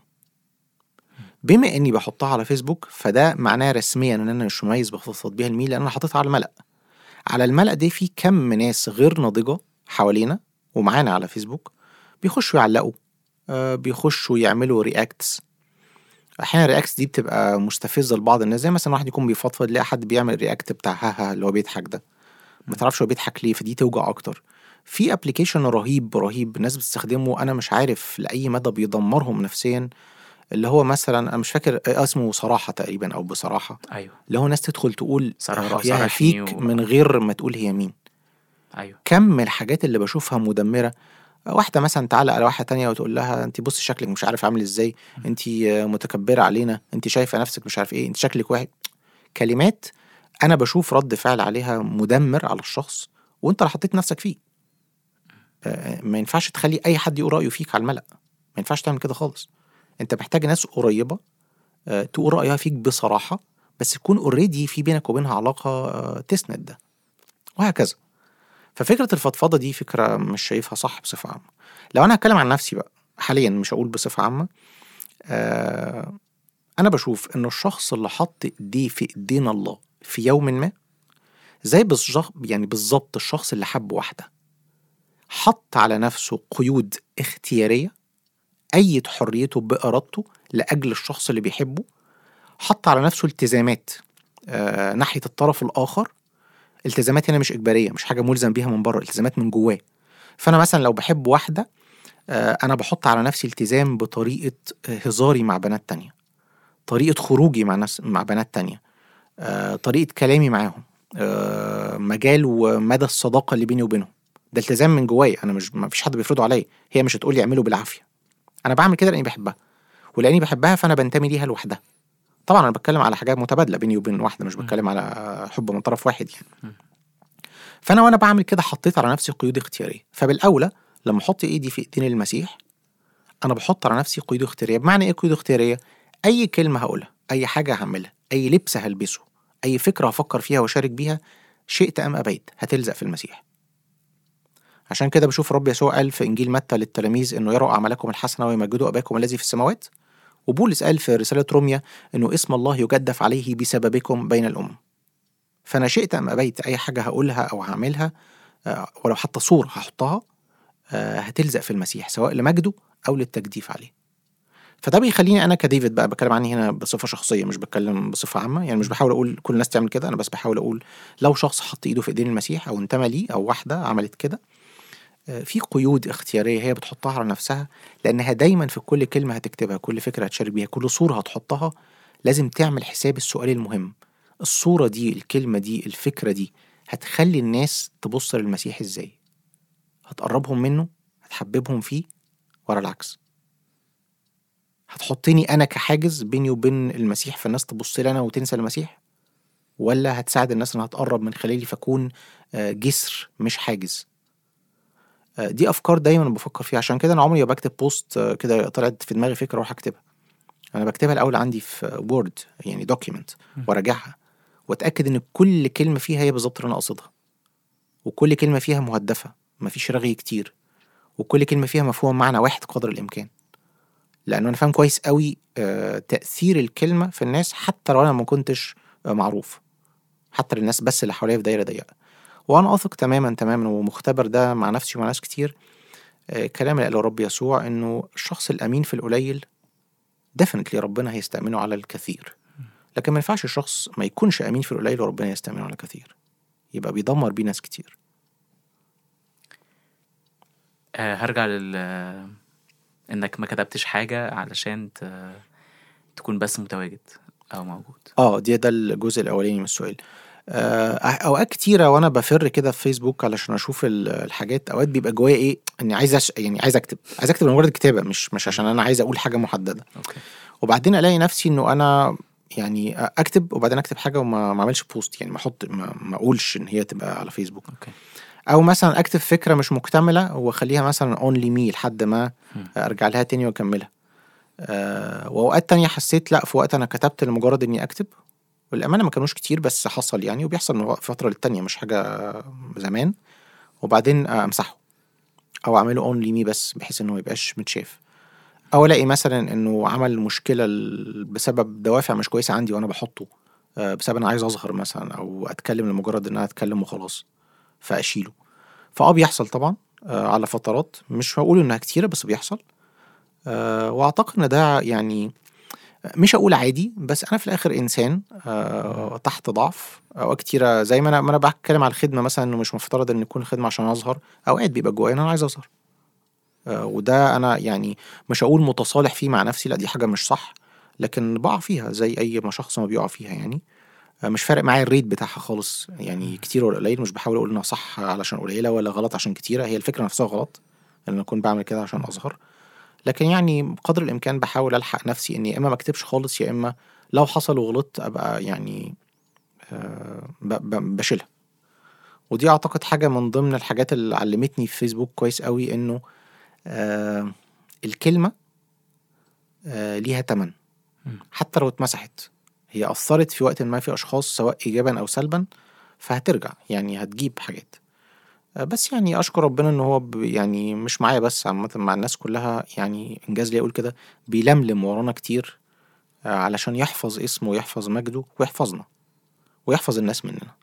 بما اني بحطها على فيسبوك فده معناه رسميا ان انا مش مميز بفضفض بيها لمين، لان انا حاططها على الملأ. على الملأ دي في كم ناس غير ناضجه حوالينا ومعانا على فيسبوك، بيخشوا يعلقوا، آه، بيخشوا يعملوا رياكتس. احيانا الرياكتس دي بتبقى مستفزه لبعض الناس، زي مثلا واحد يكون بيفضفض يلاقي حد بيعمل رياكت بتاع ها ها اللي هو بيضحك ده، ما تعرفش هو بيضحك ليه، فدي توجع اكتر. في ابلكيشن رهيب رهيب الناس بتستخدمه، انا مش عارف لاي مدى بيدمرهم نفسيا، اللي هو مثلا انا مش فاكر إيه اسمه، صراحه تقريبا او بصراحه، ايوه اللي هو ناس تدخل تقول آه، صراحة رايها وصارحني فيك و... من غير ما تقول هي مين. ايوه. كم الحاجات اللي بشوفها مدمره. واحده مثلا تعلق على واحده تانية وتقول لها انت بصي شكلك مش عارف عامل ازاي، انت آه، متكبره علينا، انت شايفه نفسك مش عارف ايه، انت شكلك واحد. كلمات انا بشوف رد فعل عليها مدمر على الشخص، وانت اللي حطيت نفسك فيه. آه، ما ينفعش تخلي اي حد يقول رايه فيك على الملأ، ما ينفعش تعمل كده خالص. انت محتاج ناس قريبه آه، تقول رايها فيك بصراحه، بس يكون اوريدي في بينك وبينها علاقه آه، تسند ده، وهكذا. ففكره الفضفضه دي فكره مش شايفها صح بصفه عامه. لو انا هتكلم عن نفسي بقى حاليا، مش هقول بصفه عامه، آه، انا بشوف انه الشخص اللي حط ايديه في ايدين الله في يوم ما، زي بالظبط يعني بالظبط الشخص اللي حب واحده حط على نفسه قيود اختياريه، أيد حريته بإرادته لأجل الشخص اللي بيحبه، حط على نفسه التزامات آه ناحية الطرف الآخر. التزامات هنا مش إجبارية، مش حاجة ملزم بيها من بره، التزامات من جواه. فأنا مثلا لو بحب واحدة، آه أنا بحط على نفسي التزام بطريقة هزاري مع بنات تانية، طريقة خروجي مع ناس مع بنات تانية، آه طريقة كلامي معاهم، آه مجال ومدى الصداقة اللي بيني وبينهم. ده التزام من جوايا، أنا مش ما فيش حد بيفرضه عليا، هي مش هتقولي اعمله بالعافية. أنا بعمل كده لأني بحبها، ولاني بحبها فانا بنتمي ليها لوحدها. طبعا انا بتكلم على حاجات متبادله بيني وبين واحده، مش مم. بتكلم على حب من طرف واحد يعني. مم. فانا وانا بعمل كده حطيت على نفسي قيود اختياريه، فبالاولى لما احط ايدي في ايدين المسيح انا بحط على نفسي قيود اختياريه. بمعنى ايه قيود اختياريه؟ اي كلمه هقولها، اي حاجه هعملها، اي لبس هلبسه، اي فكره هفكر فيها واشارك بيها، شئت ام ابيت هتلزق في المسيح. عشان كده بشوف رب يسوع قال في انجيل متى للتلاميذ انه يروا اعمالكم الحسنه ويمجدوا اباكم الذي في السماوات، وبولس قال في رساله روميا انه اسم الله يجدف عليه بسببكم بين الامم. فانا شئت ام ابيت اي حاجه هقولها او هعملها ولو حتى صورة هحطها هتلزق في المسيح سواء لمجده أو للتجديف عليه. فده بيخليني أنا كديفيد بقى بتكلم عني هنا بصفة شخصية، مش بتكلم بصفة عامة، يعني مش بحاول أقول كل الناس تعمل كده، أنا بس بحاول أقول لو شخص حط إيده في إيدين المسيح أو انتمى ليه أو واحدة عملت كده، في قيود اختيارية هي بتحطها على نفسها، لأنها دايما في كل كلمة هتكتبها، كل فكرة هتشارك بيها، كل صورة هتحطها لازم تعمل حساب السؤال المهم: الصورة دي، الكلمة دي، الفكرة دي هتخلي الناس تبص للمسيح إزاي؟ هتقربهم منه؟ هتحببهم فيه؟ ولا العكس؟ هتحطني أنا كحاجز بيني وبين المسيح فالناس تبص لي أنا وتنسى المسيح؟ ولا هتساعد الناس أنها تقرب من خلالي فكون جسر مش حاجز؟ دي أفكار دايما بفكر فيها. عشان كده أنا عمري بكتب بوست كده طلعت في دماغي فكرة أروح أكتبها، أنا بكتبها الأول عندي في وورد يعني دوكيمنت وراجعها وأتأكد إن كل كلمة فيها هي بالظبط اللي أنا قصدها، وكل كلمة فيها مهدفة مفيش رغي كتير، وكل كلمة فيها مفهوم معنى واحد قدر الإمكان، لأنه أنا فاهم كويس قوي تأثير الكلمة في الناس حتى لو أنا ما كنتش معروف، حتى للناس بس اللي حواليا في دايرة ضيقة. وأنا أثق تماما تماما ومختبر ده مع نفسي ومع ناس كتير كلام اللي قاله رب يسوع إنه الشخص الأمين في القليل definitely ربنا هيستأمنه على الكثير، لكن ما ينفعش الشخص ما يكونش أمين في القليل وربنا يستأمنه على الكثير، يبقى بيدمر بيه ناس كتير. أه هرجع لل انك ما كتبتش حاجة علشان ت... تكون بس متواجد او موجود. اه دي ده الجزء الاولاني من السؤال. آه اوقات كتيره وانا بفر كده في فيسبوك علشان اشوف الحاجات، اوقات بيبقى جوايا ايه اني عايز أش... يعني عايز اكتب عايز اكتب لمجرد الكتابه، مش مش عشان انا عايز اقول حاجه محدده. أوكي. وبعدين الاقي نفسي انه انا يعني اكتب وبعدين اكتب حاجه وما ما اعملش بوست، يعني ما احط ما, ما اقولش ان هي تبقى على فيسبوك. أوكي. او مثلا اكتب فكره مش مكتمله واخليها مثلا اونلي مي لحد ما ارجع لها تاني واكملها. أه واوقات تانية حسيت لا في وقت انا كتبت لمجرد اني اكتب، والامانه ما كانوش كتير بس حصل يعني، وبيحصل من فتره للتانية مش حاجه زمان، وبعدين امسحه او اعمله اونلي مي بس بحيث انه ما يبقاش متشاف. او الاقي مثلا انه عمل مشكله بسبب دوافع مش كويسه عندي وانا بحطه، أه بسبب انا عايز اظهر مثلا او اتكلم لمجرد ان انا اتكلم وخلاص فاشيله. فاه بيحصل طبعا أه على فترات، مش هقول انها كتيره بس بيحصل. أه واعتقد ان ده يعني مش هقول عادي، بس انا في الاخر انسان أه تحت ضعف او كتيره، زي ما انا ما انا بتكلم على الخدمه مثلا انه مش مفترض ان يكون خدمه عشان اظهر، اوقات بيبقى جوايا انا عايز اظهر. أه وده انا يعني مش هقول متصالح فيه مع نفسي، لا دي حاجه مش صح، لكن بقع فيها زي اي ما شخص ما بيقع فيها يعني. أه مش فارق معايا الريت بتاعها خالص، يعني كتير ولا قليل، مش بحاول اقول انها صح علشان قليله ولا غلط عشان كتيره، هي الفكره نفسها غلط ان اكون بعمل كده عشان اظهر. لكن يعني قدر الامكان بحاول الحق نفسي اني يا اما ما اكتبش خالص يا اما لو حصل وغلطت ابقى يعني أه بشيلها. ودي اعتقد حاجه من ضمن الحاجات اللي علمتني في فيسبوك كويس قوي، انه أه الكلمه أه ليها تمن حتى لو اتمسحت، هي اثرت في وقت ما في اشخاص سواء ايجابا او سلبا، فهترجع يعني هتجيب حاجات. بس يعني اشكر ربنا ان هو يعني مش معايا بس، عامه مع الناس كلها، يعني انجاز لي اقول كده بيلملم ورانا كتير علشان يحفظ اسمه ويحفظ مجده ويحفظنا ويحفظ الناس مننا.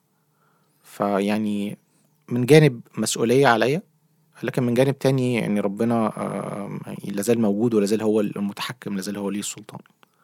فيعني من جانب مسؤولية عليا، لكن من جانب تاني يعني ربنا لازال موجود ولازال هو المتحكم، لازال هو ليه السلطان.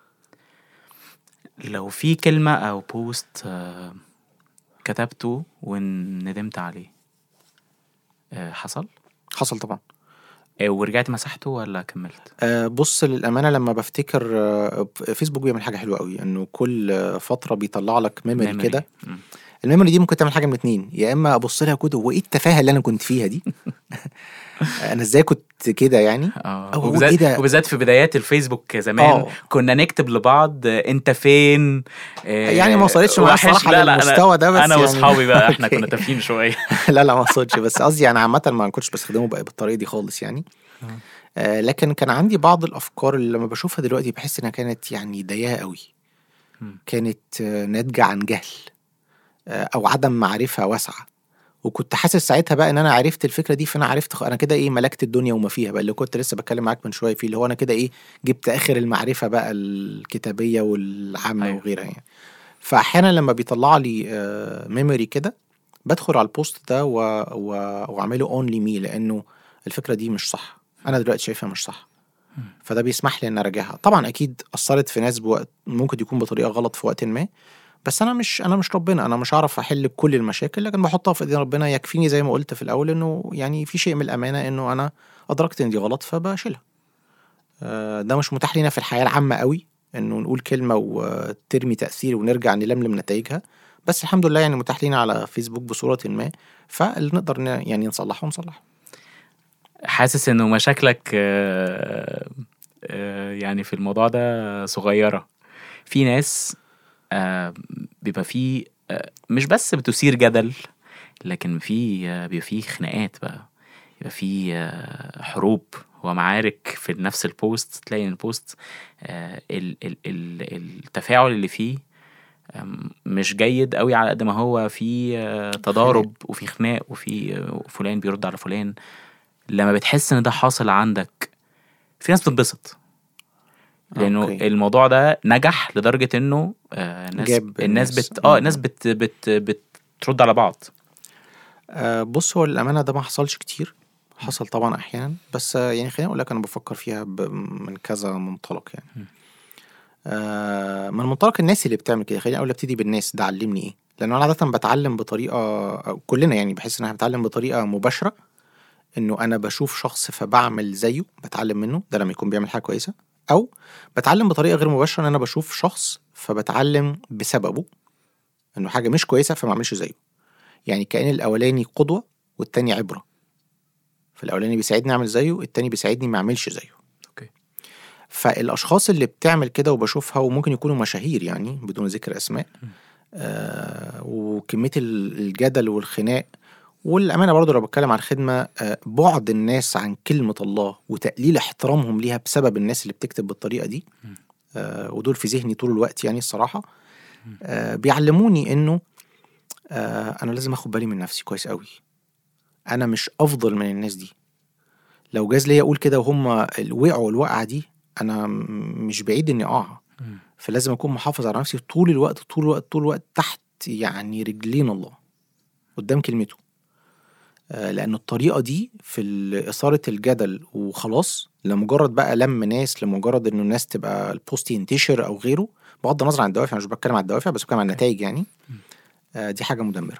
لو في كلمة او بوست كتبته وندمت عليه، حصل؟ حصل طبعا. ورجعت مسحته ولا كملت؟ أه بص للأمانة لما بفتكر أه فيسبوك بيعمل حاجة حلوة قوي، انه كل فترة بيطلع لك ميموري كده. الميموري دي ممكن تعمل حاجة من اتنين، يا اما ابص لها كده وايه التفاهة اللي انا كنت فيها دي انا ازاي كنت كده يعني. اه أو هو وبالذات إيه ده؟ وبالذات في بدايات الفيسبوك زمان آه. كنا نكتب لبعض آه، انت فين آه، يعني ما وصلتش معايا وحش. الصراحة لا لا للمستوى انا ده، بس انا يعني واصحابي بقى احنا أوكي. كنا تافهين شويه. لا لا ما اقصدش، بس قصدي انا عامة ما كنتش بستخدمه بقى بالطريقة دي خالص يعني. آه. آه لكن كان عندي بعض الافكار اللي لما بشوفها دلوقتي بحس انها كانت يعني ضيقة قوي، مم. كانت آه ناتجة عن جهل آه او عدم معرفة واسعة. وكنت حاسس ساعتها بقى ان انا عرفت الفكره دي، فانا عرفت خ... انا كده ايه ملكت الدنيا وما فيها بقى، اللي كنت لسه بتكلم معاك من شويه فيه، اللي هو انا كده ايه جبت اخر المعرفه بقى الكتابيه والعامه ايوه وغيرها يعني. فاحيانا لما بيطلع لي آه ميموري كده بدخل على البوست ده و... و... واعمله اونلي مي، لانه الفكره دي مش صح، انا دلوقتي شايفها مش صح. فده بيسمح لي ان اراجعها. طبعا اكيد اثرت في ناس بوقت ممكن يكون بطريقه غلط في وقت ما، بس انا مش انا مش ربنا، انا مش هعرف احل كل المشاكل، لكن بحطها في ايدين ربنا. يكفيني زي ما قلت في الاول انه يعني في شيء من الامانه انه انا ادركت ان دي غلط فبشيلها. آه، ده مش متاح لنا في الحياه العامه قوي، انه نقول كلمه وترمي تاثير ونرجع نلملم نتائجها، بس الحمد لله يعني متاح لنا على فيسبوك بصوره ما، فاللي نقدر ن- يعني نصلحه ونصلحه. حاسس انه مشاكلك آه، آه، يعني في الموضوع ده صغيره. في ناس آه، بيبقى فيه آه، مش بس بتثير جدل، لكن في آه، بيبقى فيه خناقات بقى، يبقى فيه آه، حروب ومعارك في نفس البوست. تلاقي ان البوست آه، ال- ال- ال- التفاعل اللي فيه آم، مش جيد قوي على قد ما هو في آه، خناق. تضارب وفي خناق وفي آه، فلان بيرد على فلان. لما بتحس ان ده حاصل عندك في ناس بتنبسط، لانه اوكي. الموضوع ده نجح لدرجة انه آه الناس جاب الناس الناس. بت اه الناس م- بت بت بترد على بعض. آه بص، هو الامانه ده ما حصلش كتير، حصل طبعا احيانا، بس آه يعني خليني اقول لك انا بفكر فيها ب... من كذا منطلق يعني. آه من منطلق الناس اللي بتعمل كده، خليني اقول ابتدي بالناس، ده علمني ايه. لان انا عاده بتعلم بطريقه، أو كلنا يعني بحس ان احنا بنتعلم بطريقه مباشره، انه انا بشوف شخص فبعمل زيه بتعلم منه، ده لما يكون بيعمل حاجه كويسه. او بتعلم بطريقه غير مباشره، ان انا بشوف شخص فبتعلم بسببه انه حاجه مش كويسه فما اعملش زيه. يعني كأن الاولاني قدوه والتاني عبره، فالاولاني بيساعدني اعمل زيه، التاني بيساعدني ما اعملش زيه. اوكي. فالاشخاص اللي بتعمل كده وبشوفها، وممكن يكونوا مشاهير يعني بدون ذكر اسماء، آه وكميه ال- الجدل والخناق، والامانه برضو لو بتكلم عن خدمه، آه بعد الناس عن كلمه الله وتقليل احترامهم ليها بسبب الناس اللي بتكتب بالطريقه دي، آه ودول في ذهني طول الوقت يعني الصراحه. آه بيعلموني انه آه انا لازم اخد بالي من نفسي كويس قوي، انا مش افضل من الناس دي. لو جاز ليا اقول كده وهم ال- وقعوا الوقعه دي، انا م- مش بعيد اني اقع، فلازم اكون محافظ على نفسي طول الوقت طول الوقت طول الوقت تحت يعني رجلين الله قدام كلمته. آه، لان الطريقه دي في ال- اثاره الجدل وخلاص، لمجرد بقى لم ناس، لمجرد انه الناس تبقى البوست ينتشر او غيره، بغض النظر عن الدوافع، مش بتكلم عن الدوافع بس بتكلم عن النتائج يعني. آه، دي حاجه مدمره.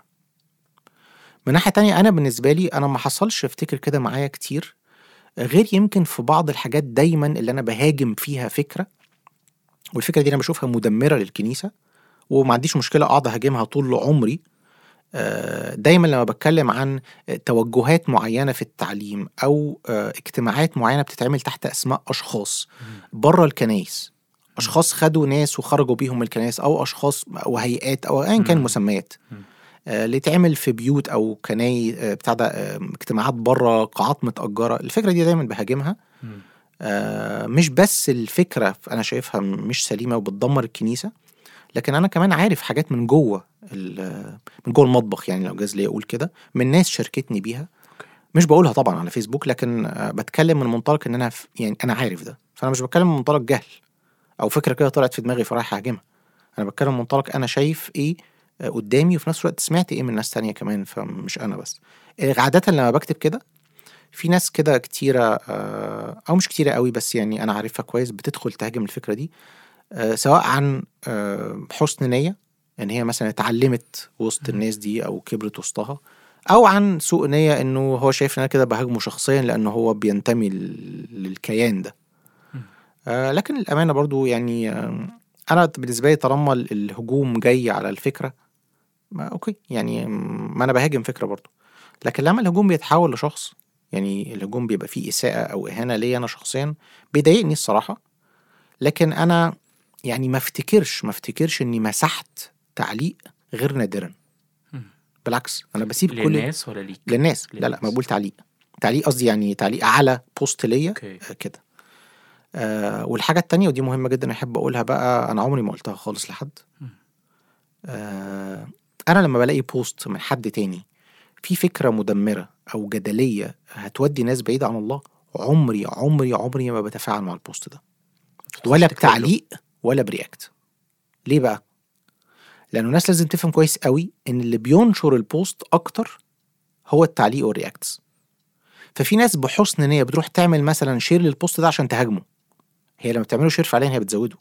من ناحيه تانية، انا بالنسبه لي انا ما حصلش افتكر كده معايا كتير، غير يمكن في بعض الحاجات دايما اللي انا بهاجم فيها فكره، والفكره دي انا بشوفها مدمره للكنيسه، وما عنديش مشكله اقعد اهاجمها طول عمري. آه، دايما لما بتكلم عن توجهات معينة في التعليم أو آه، اجتماعات معينة بتتعمل تحت أسماء أشخاص بره الكنائس، أشخاص خدوا ناس وخرجوا بيهم من الكنائس، أو أشخاص أو هيئات أو أيا كان مسميات، آه، اللي تعمل في بيوت أو كناي آه، بتاع ده، آه، اجتماعات بره، قاعات متأجرة. الفكرة دي دايما بهاجمها. آه، مش بس الفكرة أنا شايفها مش سليمة وبتدمر الكنيسة، لكن انا كمان عارف حاجات من جوه ال- من جوه المطبخ يعني، لو جاز لي اقول كده، من ناس شاركتني بيها. مش بقولها طبعا على فيسبوك، لكن آه، بتكلم من منطلق ان انا ف- يعني انا عارف ده، فانا مش بتكلم من منطلق جهل او فكره كده طلعت في دماغي فرايح اهاجمها. انا بتكلم من منطلق انا شايف ايه آه، قدامي، وفي نفس الوقت سمعت ايه من ناس تانية كمان، فمش انا بس. آه، عاده لما بكتب كده، في ناس كده كتيرة آه، أو مش كتيرة قوي، بس يعني أنا عارفها كويس، بتدخل تهاجم الفكرة دي، آه، سواء عن آه، حسن نية، ان هي مثلا اتعلمت وسط الناس دي او كبرت وسطها، او عن سوء نية انه هو شايف ان انا كده بهاجمه شخصيا لانه هو بينتمي لل- للكيان ده. آه، لكن الامانة برضو يعني آه، انا بالنسبة لي طالما ال- الهجوم جاي على الفكرة، ما اوكي يعني، ما انا بهاجم فكرة برضو. لكن لما الهجوم بيتحول لشخص، يعني الهجوم بيبقى فيه إساءة أو إهانة ليا أنا شخصيا بيضايقني الصراحة، لكن أنا يعني ما افتكرش ما افتكرش إني مسحت تعليق غير نادرا. بالعكس أنا بسيب كل للناس ولا ليك؟ للناس. لا لا ما بقول تعليق تعليق قصدي يعني تعليق على بوست ليا okay. كده. آه والحاجة التانية ودي مهمة جدا أحب أقولها بقى، أنا عمري ما قلتها خالص لحد. آه أنا لما بلاقي بوست من حد تاني في فكرة مدمرة أو جدلية هتودي ناس بعيدة عن الله، عمري عمري عمري ما بتفاعل مع البوست ده ولا بتعليق ولا برياكت. ليه بقى؟ لأنه الناس لازم تفهم كويس قوي إن اللي بينشر البوست أكتر هو التعليق والرياكتس. ففي ناس بحسن نية بتروح تعمل مثلا شير للبوست ده عشان تهاجمه، هي لما بتعمله شير فعليا هي بتزوده.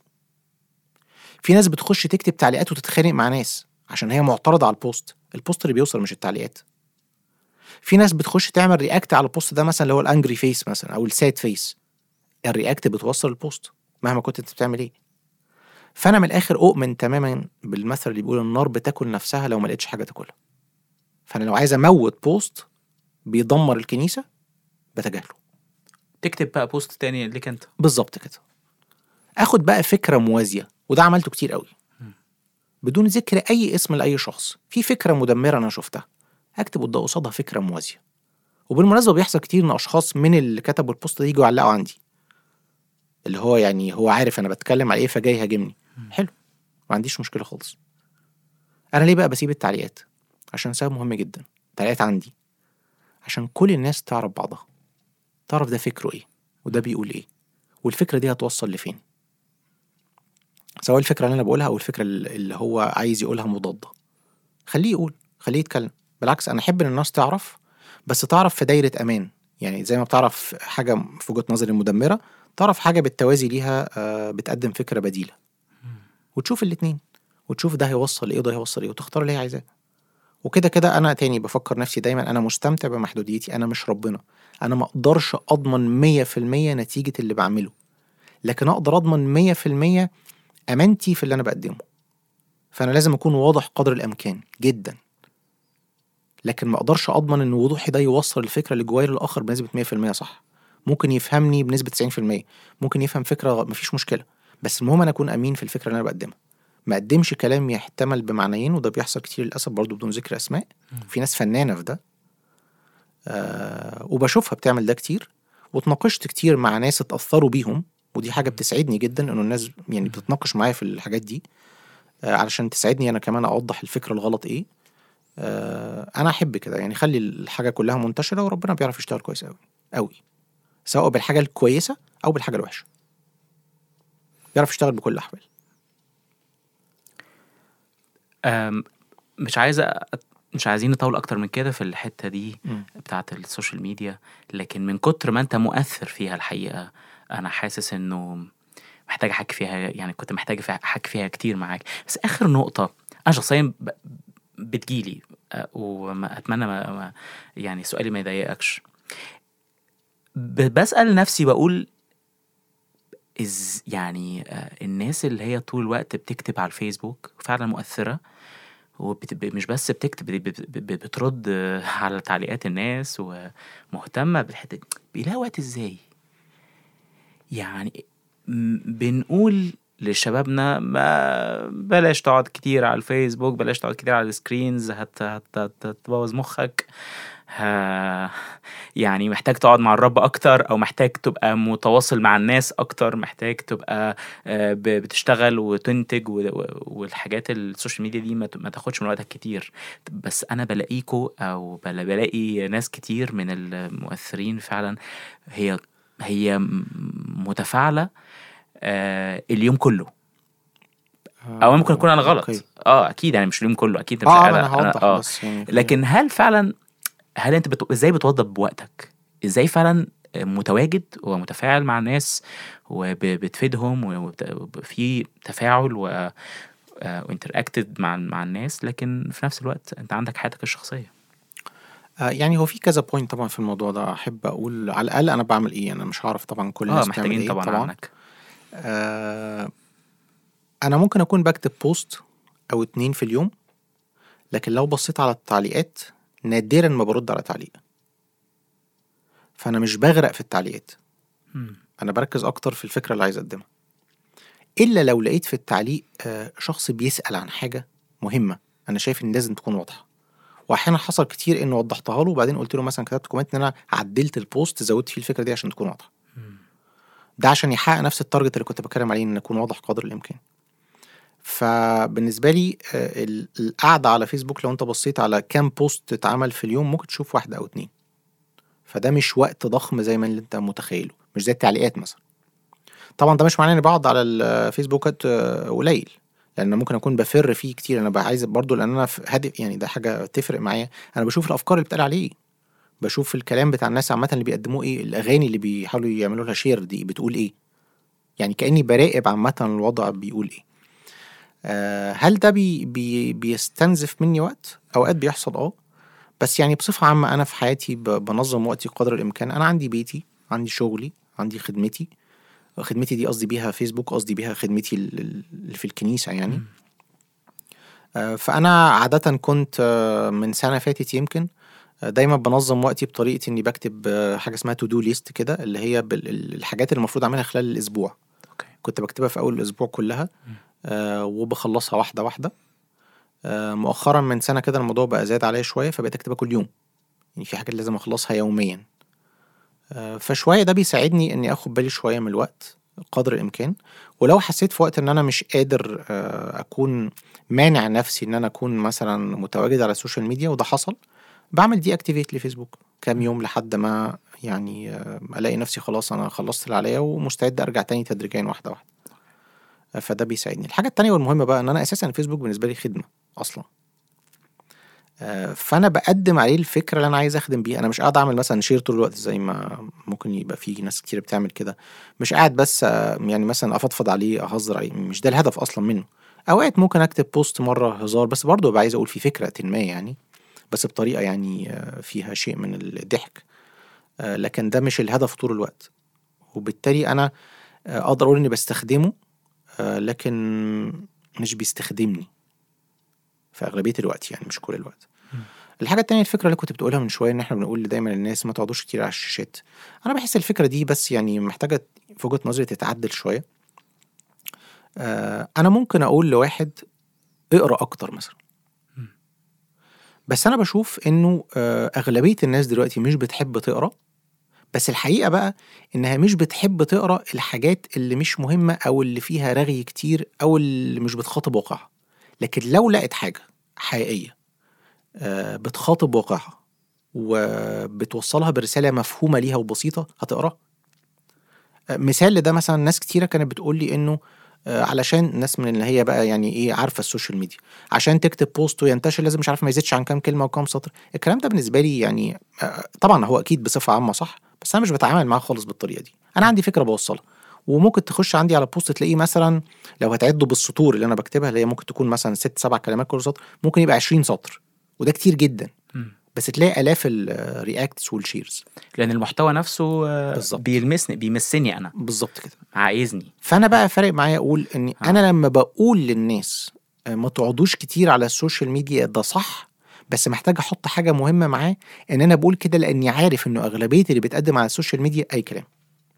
في ناس بتخش تكتب تعليقات وتتخانق مع ناس عشان هي معترضة على البوست، البوست اللي بيوصل مش التعليقات. في ناس بتخش تعمل رياكت على البوست ده مثلا اللي هو الانجري فيس مثلا او الساد فيس، الرياكت بتوصل البوست مهما كنت انت بتعمل ايه. فانا من الاخر اؤمن تماما بالمثل اللي بيقول النار بتاكل نفسها لو ما لقيتش حاجه تاكلها. فانا لو عايز اموت بوست بيدمر الكنيسه بتجاهله، تكتب بقى بوست تاني ليك انت. بالظبط كده. اخد بقى فكره موازيه، وده عملته كتير قوي بدون ذكر اي اسم لاي شخص. في فكره مدمره انا شفتها اكتب قصادها فكره موازيه. وبالمناسبه بيحصل كتير ان اشخاص من اللي كتبوا البوست ده يجوا يعلقوا عندي، اللي هو يعني هو عارف انا بتكلم على ايه فجاي هاجمني. حلو، ما عنديش مشكله خالص. انا ليه بقى بسيب التعليقات؟ عشان سبب مهم جدا. التعليقات عندي عشان كل الناس تعرف بعضها، تعرف ده فكره ايه وده بيقول ايه والفكره دي هتوصل لفين، سواء الفكره اللي انا بقولها او الفكره اللي هو عايز يقولها مضاده. خليه يقول، خليه يتكلم. بالعكس انا احب ان الناس تعرف، بس تعرف في دايره امان. يعني زي ما بتعرف حاجه في وجهه نظري مدمره، تعرف حاجه بالتوازي ليها بتقدم فكره بديله، وتشوف الاتنين وتشوف ده هيوصل ايه وده هيوصل ايه وتختار اللي هي عايزاه. وكده كده انا تاني بفكر نفسي دايما انا مستمتع بمحدوديتي، انا مش ربنا، انا ما اقدرش اضمن مية في المية نتيجة اللي بعمله، لكن اقدر اضمن مية في المية امانتي في اللي انا بقدمه. فانا لازم اكون واضح قدر الامكان جدا، لكن ما اقدرش اضمن ان وضوحي ده يوصل الفكرة اللي جوايا للاخر بنسبة مية في المية صح. ممكن يفهمني بنسبة تسعين في المية، ممكن يفهم فكرة مفيش مشكلة، بس المهم انا اكون امين في الفكرة اللي انا بقدمها، ما قدمش كلام يحتمل بمعنيين. وده بيحصل كتير للأسف برضو بدون ذكر أسماء. في ناس فنانة في ده، آه وبشوفها بتعمل ده كتير، وتناقشت كتير مع ناس اتأثروا بيهم، ودي حاجة بتسعدني جدا إنه الناس يعني بتتناقش معايا في الحاجات دي، آه علشان تساعدني أنا كمان أوضح الفكرة الغلط إيه. آه أنا أحب كده يعني، خلي الحاجة كلها منتشرة وربنا بيعرف يشتغل كويس أوي أوي، سواء بالحاجة الكويسة أو بالحاجة الوحشة، بيعرف يشتغل بكل الأحوال. مش عايزة مش عايزين نطول اكتر من كده في الحتة دي م. بتاعة السوشيال ميديا، لكن من كتر ما انت مؤثر فيها الحقيقة انا حاسس انه محتاج احكي فيها، يعني كنت محتاج احكي فيها كتير معاك. بس اخر نقطة انا شخصيا بتجيلي وما اتمنى ما ما يعني سؤالي ما يضايقكش، بسأل نفسي بقول إز يعني الناس اللي هي طول الوقت بتكتب على الفيسبوك فعلا مؤثرة، ومش بس بتكتب بترد على تعليقات الناس ومهتمة بالحتة، بيلاقي وقت ازاي؟ يعني بنقول لشبابنا ما بلاش تقعد كتير على الفيسبوك، بلاش تقعد كتير على السكرينز، هتبوظ مخك، ها يعني محتاج تقعد مع الرب اكتر، او محتاج تبقى متواصل مع الناس اكتر، محتاج تبقى بتشتغل وتنتج، والحاجات السوشيال ميديا دي ما تاخدش من وقتك كتير. بس انا بلاقيكو او بلاقي ناس كتير من المؤثرين فعلا هي هي متفاعلة اليوم كله، او ممكن اكون انا غلط. أوكي. اه اكيد يعني مش اليوم كله اكيد مش اه انا هوضح آه. بس يعني لكن هل فعلا هل انت بت... ازاي بتوظف بوقتك؟ ازاي فعلا متواجد ومتفاعل مع الناس وبتفيدهم وفي تفاعل و وانتراكتد مع مع الناس، لكن في نفس الوقت انت عندك حياتك الشخصيه؟ آه يعني هو في كذا بوينت طبعا في الموضوع ده، احب اقول على الاقل انا بعمل ايه. انا مش هعرف طبعا كل الناس بتعمل ايه طبعا, طبعا عنك. آه انا ممكن اكون بكتب بوست او اتنين في اليوم، لكن لو بصيت على التعليقات نادرا ما برد على تعليق. فانا مش بغرق في التعليقات، مم. انا بركز اكتر في الفكره اللي عايز اقدمها. الا لو لقيت في التعليق آه، شخص بيسأل عن حاجه مهمه انا شايف ان لازم تكون واضحه، واحيانا حصل كتير انه وضحتها له وبعدين قلت له مثلا كتبت كومنت ان انا عدلت البوست زودت فيه الفكره دي عشان تكون واضحه. مم. ده عشان يحقق نفس التارجت اللي كنت بتكلم عليه، ان اكون واضح قدر الامكان. فبالنسبه لي آه، ال- القعده على فيسبوك لو انت بصيت على كام بوست اتعمل في اليوم ممكن تشوف واحده او اتنين، فده مش وقت ضخم زي ما اللي انت متخيله، مش زي التعليقات مثلا. طبعا ده مش معناه اني بقعد على الفيسبوك آه، قليل، لان ممكن اكون بفر فيه كتير. انا بقى عايز برضو لان انا في هدف، يعني ده حاجه تفرق معايا، انا بشوف الافكار اللي بتقال عليه، بشوف الكلام بتاع الناس عامه اللي بيقدموه ايه، الاغاني اللي بيحاولوا يعملوا لها شير دي بتقول ايه، يعني كاني براقب عامه الوضع بيقول ايه. آه هل ده بي بي بيستنزف مني وقت؟ اوقات بيحصل اه، بس يعني بصفه عامه انا في حياتي ب- بنظم وقتي قدر الامكان. انا عندي بيتي، عندي شغلي، عندي خدمتي. خدمتي دي قصدي بيها فيسبوك، قصدي بيها خدمتي ال- ال- اللي في الكنيسة يعني. مم. آه، فأنا عادة كنت آه، من سنة فاتت يمكن آه، دايما بنظم وقتي بطريقة إني بكتب آه، حاجة اسمها تو دو ليست كده، اللي هي بال- ال- الحاجات اللي المفروض أعملها خلال الأسبوع. اوكي. كنت بكتبها في أول الأسبوع كلها مم. آه، وبخلصها واحدة واحدة. آه، مؤخرا من سنة كده الموضوع بقى زاد عليا شوية، فبقيت أكتبها كل يوم، يعني في حاجات لازم أخلصها يوميا. آه، فشوية ده بيساعدني إني أخد بالي شوية من الوقت قدر الإمكان. ولو حسيت في وقت إن أنا مش قادر آه، أكون مانع نفسي إن أنا أكون مثلا متواجد على السوشيال ميديا، وده حصل، بعمل دي أكتيفيت لفيسبوك كام يوم لحد ما يعني آه، ألاقي نفسي خلاص أنا خلصت اللي عليا ومستعد أرجع تاني تدريجيا واحدة واحدة. آه، فده بيساعدني. الحاجة التانية والمهمة بقى إن أنا أساسا الفيسبوك بالنسبة لي خدمة أصلا. آه، فانا بقدم عليه الفكره اللي انا عايز اخدم بيها. انا مش قاعد اعمل مثلا شير طول الوقت زي ما ممكن يبقى في ناس كتير بتعمل كده، مش قاعد بس آه، يعني مثلا افضفض عليه اهزر عليه، مش ده الهدف اصلا منه. اوقات ممكن اكتب بوست مره هزار بس برضه ببقى عايز اقول فيه فكره ما يعني، بس بطريقه يعني آه، فيها شيء من الضحك. آه، لكن ده مش الهدف طول الوقت، وبالتالي انا آه، اقدر اقول اني بستخدمه آه، لكن مش بيستخدمني في اغلبيه الوقت، يعني مش كل الوقت. مم. الحاجة التانية الفكرة اللي كنت بتقولها من شوية ان احنا بنقول دايما للناس ما تقعدوش كتير على الشاشات. انا بحس الفكرة دي بس يعني محتاجة في وجهة نظري تتعدل شوية. آه انا ممكن اقول لواحد اقرأ اكتر مثلا، مم. بس انا بشوف انه آه اغلبية الناس دلوقتي مش بتحب تقرأ. بس الحقيقة بقى انها مش بتحب تقرأ الحاجات اللي مش مهمة او اللي فيها رغي كتير او اللي مش بتخاطب واقعها. لكن لو لقت حاجة حقيقية آه بتخاطب واقعها وبتوصلها برسالة مفهومة ليها وبسيطة هتقراها. مثال لده مثلا ناس كتيرة كانت بتقول لي انه آه، علشان ناس من اللي هي بقى يعني ايه عارفة السوشيال ميديا، عشان تكتب بوست وينتشر لازم مش عارف ما يزيدش عن كام كلمة وكام سطر. الكلام ده بالنسبة لي يعني آه، طبعا هو اكيد بصفة عامة صح، بس انا مش بتعامل معاه خالص بالطريقة دي. انا عندي فكرة بوصلها، وممكن تخش عندي على بوست تلاقيه مثلا لو هتعده بالسطور اللي انا بكتبها اللي هي ممكن تكون مثلا ست سبع كلمات كل سطر، ممكن يبقى عشرين سطر، وده كتير جدا. مم. بس تلاقي الاف الرياكتس والشيرز. لان المحتوى نفسه آه، بالظبط، بيلمسني بيمسني انا، بالظبط كده. عايزني. فانا بقى فارق معايا اقول ان اه. انا لما بقول للناس آه، ما تقعدوش كتير على السوشيال ميديا، ده صح، بس محتاج احط حاجه مهمه معاه ان انا بقول كده لاني عارف انه اغلبيه اللي بيتقدم على السوشيال ميديا اي كلام.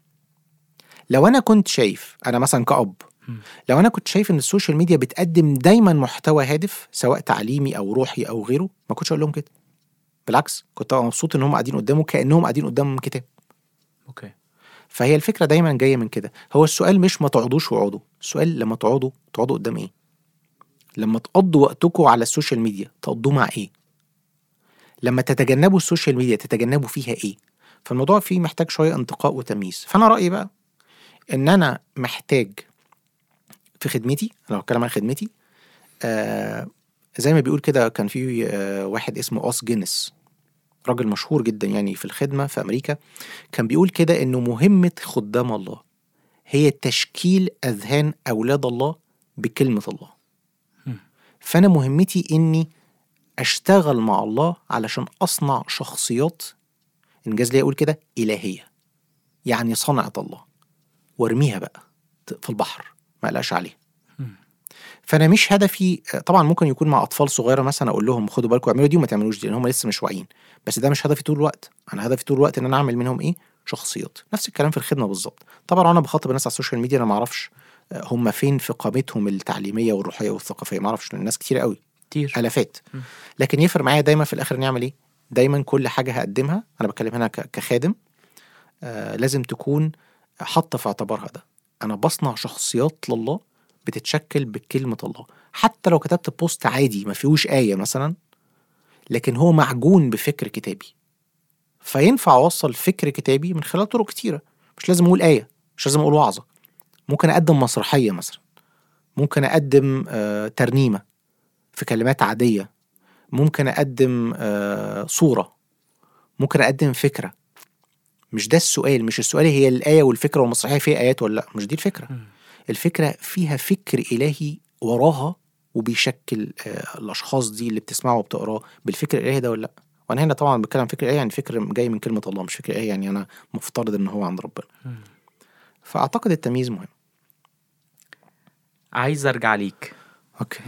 لو انا كنت شايف انا مثلا كأب، مم. لو انا كنت شايف ان السوشيال ميديا بتقدم دايما محتوى هادف سواء تعليمي او روحي او غيره، ما كنتش اقول لهم كده. بالعكس كنت ابقى مبسوط ان هم قاعدين قدامه كانهم قاعدين قدام كتاب. اوكي. فهي الفكره دايما جايه من كده. هو السؤال مش ما تقعدوش واقعدوا، السؤال لما تقعدوا تقعدوا قدام ايه؟ لما تقضوا وقتكم على السوشيال ميديا تقضوه مع ايه؟ لما تتجنبوا السوشيال ميديا تتجنبوا فيها ايه؟ فالموضوع فيه محتاج شويه انتقاء وتمييز. فانا رايي بقى ان انا محتاج في خدمتي، لو هتكلم عن خدمتي آه زي ما بيقول كده، كان في آه واحد اسمه اوس جينيس، راجل مشهور جدا يعني في الخدمه في امريكا، كان بيقول كده انه مهمه خدام الله هي تشكيل اذهان اولاد الله بكلمه الله. مم. فانا مهمتي اني اشتغل مع الله علشان اصنع شخصيات، انجاز لي اقول كده الهيه، يعني صنعة الله، وارميها بقى في البحر ما قلقش عليها. مم. فانا مش هدفي، طبعا ممكن يكون مع اطفال صغيره مثلا اقول لهم خدوا بالكم اعملوا دي وما تعملوش دي لان هم لسه مش واعيين، بس ده مش هدفي طول الوقت. انا هدفي طول الوقت ان انا اعمل منهم ايه؟ شخصيات. نفس الكلام في الخدمه بالظبط. طبعا انا بخاطب الناس على السوشيال ميديا، انا ما اعرفش هم فين في قامتهم التعليميه والروحيه والثقافيه، ما اعرفش، لان الناس كتير قوي، كتير الافات. لكن يفرق معايا دايما في الاخر نعمل ايه؟ دايما كل حاجه هقدمها، انا بتكلم هنا كخادم، آه لازم تكون حاطه في اعتبارها ده. انا بصنع شخصيات لله بتتشكل بكلمه الله. حتى لو كتبت بوست عادي ما فيهوش ايه مثلا، لكن هو معجون بفكر كتابي، فينفع اوصل فكر كتابي من خلال طرق كتيره. مش لازم اقول ايه، مش لازم اقول وعظه، ممكن اقدم مسرحيه مثلا، ممكن اقدم آه ترنيمه في كلمات عاديه، ممكن اقدم آه صوره، ممكن اقدم فكره. مش ده السؤال، مش السؤال هي الايه والفكره والمسرحيه فيها ايات ولا لا، مش دي الفكره. الفكره فيها فكر الهي وراها وبيشكل آه الاشخاص دي اللي بتسمعه وبتقراه بالفكر الالهي ده ولا لا. وانا هنا طبعا بتكلم فكر الهي يعني فكر جاي من كلمه الله، مش فكر الهي يعني انا مفترض ان هو عند ربنا. فاعتقد التمييز مهم. عايز ارجع ليك. اوكي.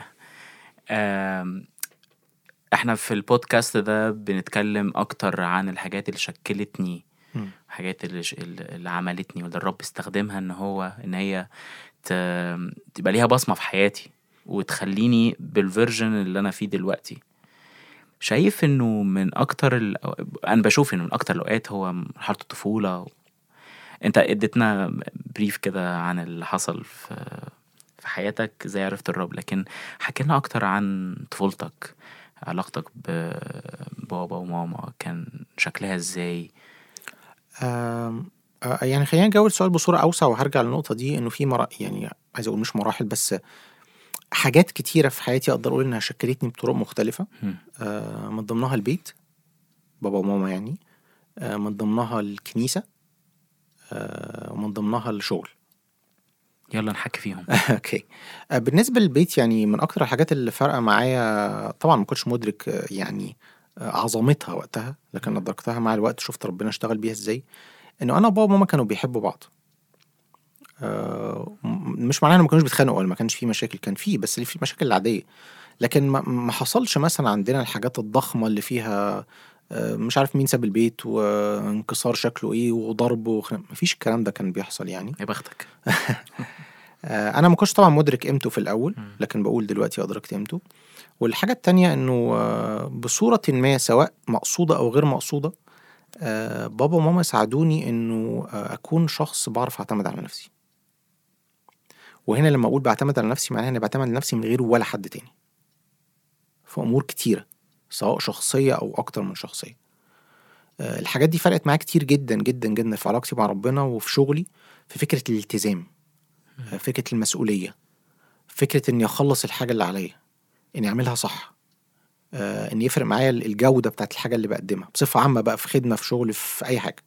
احنا في البودكاست ده بنتكلم اكتر عن الحاجات اللي شكلتني، الحاجات اللي, ش... اللي عملتني واللي الرب استخدمها ان هو ان هي ت... تبقى ليها بصمة في حياتي وتخليني بالفيرجن اللي انا فيه دلوقتي. شايف انه من اكتر ال... انا بشوف انه من اكتر الاوقات هو مرحلة الطفولة. انت اديتنا بريف كده عن اللي حصل في في حياتك زي عرفت الرب، لكن حكي لنا اكتر عن طفولتك، علاقتك ببابا وماما كان شكلها ازاي؟ آه يعني خلينا نجاوب السؤال بصورة أوسع وهرجع للنقطة دي، إنه في مرا يعني عايز أقول مش مراحل بس حاجات كتيرة في حياتي أقدر أقول إنها شكلتني بطرق مختلفة. آه من ضمنها البيت، بابا وماما يعني، آه من ضمنها الكنيسة، آه ومن ضمنها الشغل. يلا نحكي فيهم. اوكي. آه بالنسبة للبيت يعني من أكتر الحاجات اللي فرقة معايا، طبعا ما كنتش مدرك آه يعني آه عظمتها وقتها، لكن أدركتها مع الوقت، شفت ربنا اشتغل بيها ازاي. إنه أنا وبابا وماما كانوا بيحبوا بعض. آه مش معناها ما كانوش بيتخانقوا ولا ما كانش في مشاكل، كان في، بس اللي في مشاكل العادية، لكن ما, ما حصلش مثلا عندنا الحاجات الضخمة اللي فيها آه مش عارف مين ساب البيت وانكسار شكله ايه وضرب وخناق. مفيش الكلام ده كان بيحصل يعني. يا بختك. آه انا ما كنتش طبعا مدرك قيمته في الاول، لكن بقول دلوقتي ادركت قيمته. والحاجة التانية انه آه بصورة ما سواء مقصودة او غير مقصودة، آه بابا وماما ساعدوني انه آه اكون شخص بعرف اعتمد على نفسي. وهنا لما اقول بعتمد على نفسي معناها اني بعتمد على نفسي من غير ولا حد تاني في امور كتيره، سواء شخصيه او اكتر من شخصيه. أه الحاجات دي فرقت معايا كتير جدا جدا جدا في علاقتي مع ربنا وفي شغلي، في فكره الالتزام، أه فكره المسؤوليه، فكره اني اخلص الحاجه اللي عليا، اني اعملها صح، أه ان يفرق معايا الجوده بتاعت الحاجه اللي بقدمها بصفه عامه بقى، في خدمه، في شغل، في اي حاجه.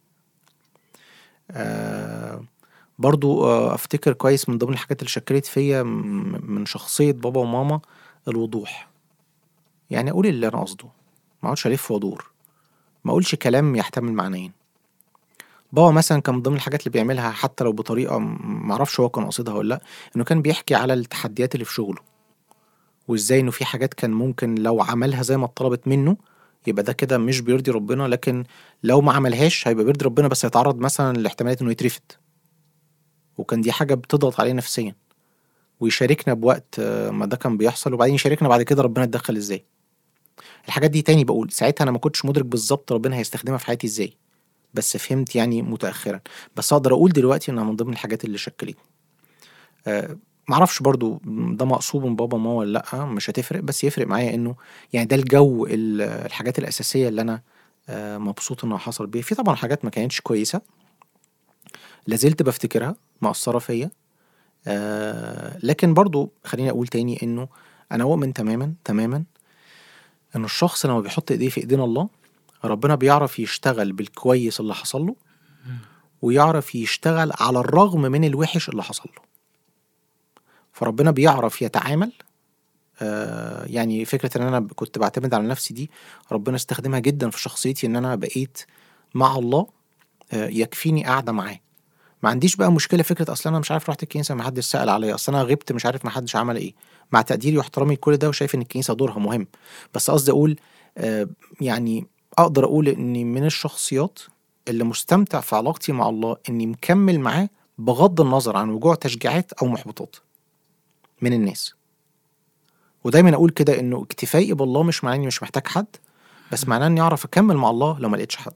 أه برضو افتكر كويس من ضمن الحاجات اللي شكلت فيا من شخصية بابا وماما الوضوح. يعني اقول اللي انا قصده، ما اقعدش الف وادور، ما اقولش كلام يحتمل معنيين. بابا مثلا كان من ضمن الحاجات اللي بيعملها حتى لو بطريقة ما اعرفش هو كان قصدها ولا لا، انه كان بيحكي على التحديات اللي في شغله، وازاي انه في حاجات كان ممكن لو عملها زي ما اتطلبت منه يبقى ده كده مش بيرضي ربنا، لكن لو ما عملهاش هيبقى بيرضي ربنا، بس هيتعرض مثلا لاحتمالات انه يترفض، وكان دي حاجة بتضغط عليه نفسيا. ويشاركنا بوقت ما ده كان بيحصل، وبعدين يشاركنا بعد كده ربنا اتدخل ازاي. الحاجات دي تاني بقول ساعتها انا ما كنتش مدرك بالظبط ربنا هيستخدمها في حياتي ازاي، بس فهمت يعني متأخرا. بس اقدر اقول دلوقتي انها من ضمن الحاجات اللي شكلتني. أه معرفش برضو ده مقصود من بابا ما ولا لا، مش هتفرق، بس يفرق معايا انه يعني ده الجو، الحاجات الاساسية اللي انا أه مبسوط انها حصل بيها. في طبعا حاجات ما كانتش كويسة لازلت بفتكرها مأثرة فيا، آه لكن برضو خليني اقول تاني انه انا اؤمن تماما تماما ان الشخص لما بيحط ايديه في ايدين الله، ربنا بيعرف يشتغل بالكويس اللي حصل له، ويعرف يشتغل على الرغم من الوحش اللي حصل له. فربنا بيعرف يتعامل. آه يعني فكرة ان انا كنت بعتمد على نفسي دي ربنا استخدمها جدا في شخصيتي، ان انا بقيت مع الله آه يكفيني قاعدة معاه، ما عنديش بقى مشكله فكره اصلا انا مش عارف رحت الكنيسه ما حدش سال عليا، اصلا انا غبت مش عارف ما حدش عمل ايه، مع تقديري واحترامي لكل ده وشايف ان الكنيسه دورها مهم. بس قصدي اقول آه يعني اقدر اقول اني من الشخصيات اللي مستمتع في علاقتي مع الله اني مكمل معاه بغض النظر عن وجوع تشجيعات او محبطات من الناس. ودايما اقول كده انه اكتفائي بالله مش معناه اني مش محتاج حد، بس معناه اني اعرف اكمل مع الله لو ما لقيتش حد.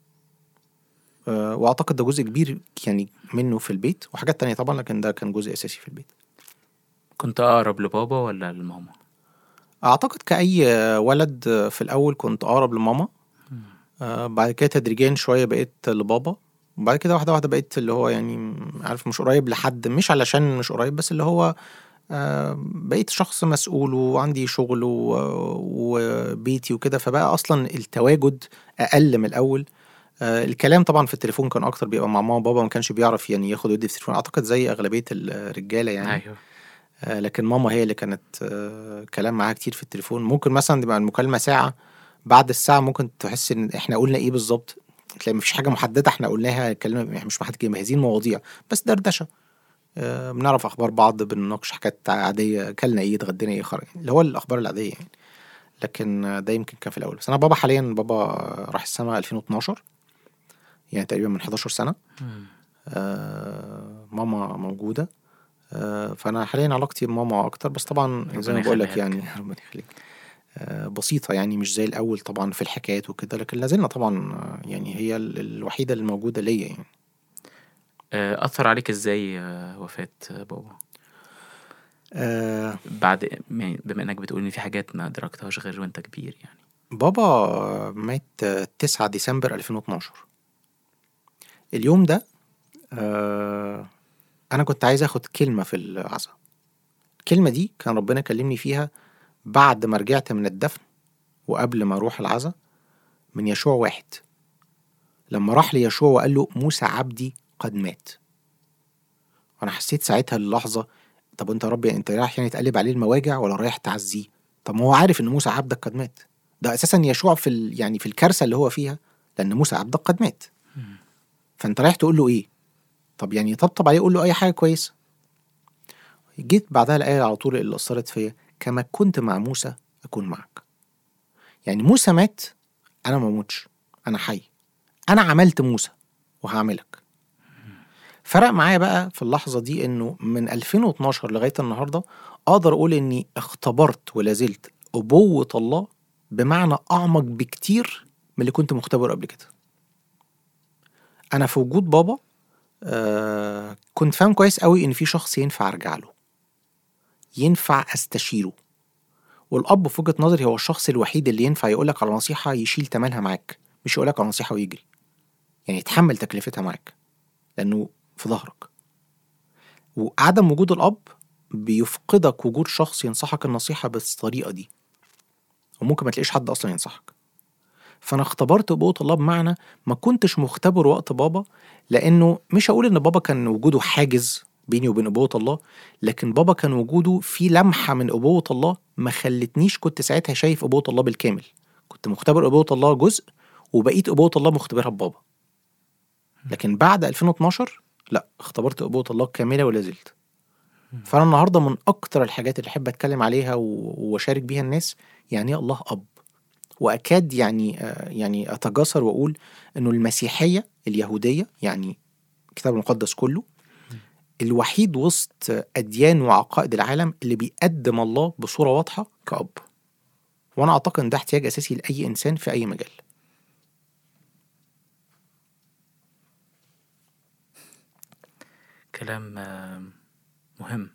أه واعتقد ده جزء كبير يعني منه في البيت وحاجات تانية طبعا، لكن ده كان جزء اساسي في البيت. كنت اقرب لبابا ولا لماما؟ اعتقد كأي ولد في الاول كنت اقرب لماما، أه بعد كده تدريجيا شوية بقيت لبابا، وبعد كده واحدة واحدة بقيت اللي هو يعني عارف مش قريب لحد، مش علشان مش قريب بس اللي هو أه بقيت شخص مسؤول وعندي شغل وبيتي وكده، فبقى اصلا التواجد اقل من الاول. أه الكلام طبعا في التليفون كان اكتر بيبقى مع ماما وبابا، ما كانش بيعرف يعني ياخد ودي في التليفون اعتقد زي اغلبية الرجالة يعني. ايوه. أه لكن ماما هي اللي كانت أه كلام معاها كتير في التليفون. ممكن مثلا تبقى المكالمة ساعة، بعد الساعة ممكن تحس ان احنا قلنا ايه بالظبط، تلاقي مفيش حاجة محددة احنا قلناها، كلمة مش محدد مجهزين مواضيع بس دردشة. أه بنعرف اخبار بعض، بنناقش حاجات عادية، كلنا ايه، اتغدينا ايه، خرج اللي هو الاخبار العادية يعني. لكن ده يمكن كان في الاول. بس انا بابا حاليا بابا راح السما ألفين واتناشر يعني تقريبا من حداشر سنة. أه ماما موجودة. أه فانا حاليا علاقتي بماما اكتر، بس طبعا زي ما بقول لك يعني ربنا يخليك أه بسيطة يعني مش زي الاول طبعا في الحكايات وكده، لكن لازلنا طبعا يعني هي الوحيدة الموجودة ليا يعني. أه اثر عليك ازاي أه وفاة بابا؟ أه بعد بما انك بتقول ان في حاجات ما ادركتهاش غير وانت كبير يعني. بابا مات تسعة ديسمبر ألفين واتناشر. اليوم ده أه انا كنت عايز اخد كلمة في العزاء. الكلمة دي كان ربنا كلمني فيها بعد ما رجعت من الدفن وقبل ما اروح العزاء من يشوع واحد، لما راح ليشوع وقال له موسى عبدي قد مات. وانا حسيت ساعتها اللحظة، طب انت يا رب انت رايح يعني تقلب عليه المواجع ولا رايح تعزيه؟ طب ما هو عارف ان موسى عبدك قد مات. ده اساسا يشوع في ال... يعني في الكارثة اللي هو فيها، لان موسى عبدك قد مات. فانت رايح تقول له ايه؟ طب يعني طبطب عليه قول له اي حاجة كويسة. جيت بعدها الآية على طول اللي أثرت فيا، كما كنت مع موسى أكون معك. يعني موسى مات، أنا ما موتش، أنا حي، أنا عملت موسى وهعملك. فرق معايا بقى في اللحظة دي إنه من ألفين واتناشر لغاية النهاردة أقدر أقول إني اختبرت ولازلت أبوة الله بمعنى أعمق بكتير من اللي كنت مختبر قبل كده. أنا في وجود بابا آه كنت فاهم كويس قوي إن في شخص ينفع أرجع له، ينفع أستشيره. والأب في وجهة نظري هو الشخص الوحيد اللي ينفع يقولك على نصيحة يشيل تمنها معاك، مش يقولك على نصيحة ويجري، يعني يتحمل تكلفتها معاك لأنه في ظهرك. وعدم وجود الأب بيفقدك وجود شخص ينصحك النصيحة بالطريقة دي، وممكن ما تلاقيش حد أصلا ينصحك. فأنا اختبرت أبوة الله بمعنى ما كنتش مختبر وقت بابا، لأنه مش هقول إن بابا كان وجوده حاجز بيني وبين أبوة الله، لكن بابا كان وجوده في لمحة من أبوة الله ما خلتنيش كنت ساعتها شايف أبوة الله بالكامل. كنت مختبر أبوة الله جزء وبقيت أبوة الله مختبرها ببابا. لكن بعد ألفين واتناشر لا، اختبرت أبوة الله كاملة ولا زلت. فأنا النهاردة من أكتر الحاجات اللي أحب أتكلم عليها وأشارك بيها الناس يعني الله أب. وأكاد يعني يعني أتجاسر وأقول إنه المسيحية اليهودية يعني الكتاب المقدس كله الوحيد وسط أديان وعقائد العالم اللي بيقدم الله بصورة واضحة كأب. وأنا أعتقد إن ده احتياج أساسي لأي إنسان في أي مجال. كلام مهم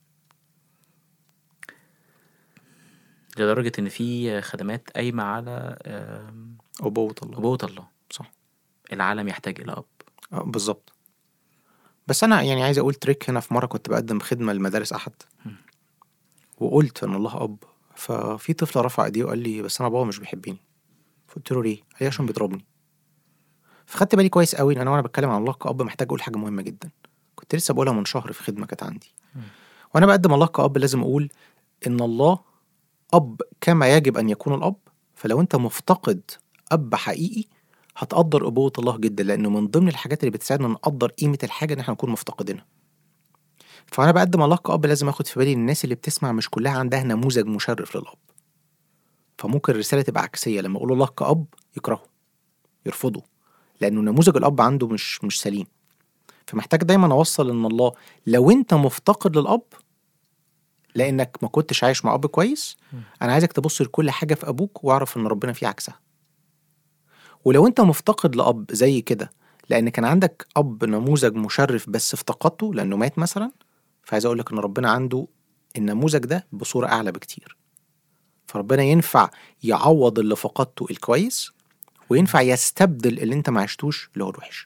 لدرجة إن في خدمات قايمة على أبوة الله. أبوة الله صح. العالم يحتاج إلى أب. أه بالظبط. بس أنا يعني عايز أقول تريك هنا. في مرة كنت بقدم خدمة لمدارس أحد وقلت إن الله أب، ففي طفل رفع إيديه وقال لي بس أنا بابا مش بيحبني. فقلت له ليه؟ قال لي عشان بيضربني. فخدت بالي كويس قوي إن أنا وأنا بتكلم عن الله كأب محتاج أقول حاجة مهمة جدا كنت لسه بقولها من شهر في خدمة كانت عندي. وأنا بقدم الله كأب لازم أقول إن الله أب كما يجب أن يكون الأب. فلو أنت مفتقد أب حقيقي هتقدر أبوة الله جدا، لأنه من ضمن الحاجات اللي بتساعدنا نقدر قيمة الحاجة إن احنا نكون مفتقدينها. فأنا بقدم الله كأب لازم أخد في بالي الناس اللي بتسمع مش كلها عندها نموذج مشرف للأب، فممكن الرسالة تبقى عكسية، لما أقول الله كأب يكرهه يرفضه، لأنه نموذج الأب عنده مش مش سليم. فمحتاج دايما أوصل إن الله لو أنت مفتقد للأب لأنك ما كنتش عايش مع أب كويس، أنا عايزك تبص لكل حاجة في أبوك واعرف إن ربنا فيه عكسها. ولو أنت مفتقد لأب زي كده لأن كان عندك أب نموذج مشرف بس افتقدته لأنه مات مثلا، فعايز أقولك إن ربنا عنده النموذج ده بصورة أعلى بكتير. فربنا ينفع يعوض اللي فقدته الكويس، وينفع يستبدل اللي انت ما عشتوش اللي هو الوحش.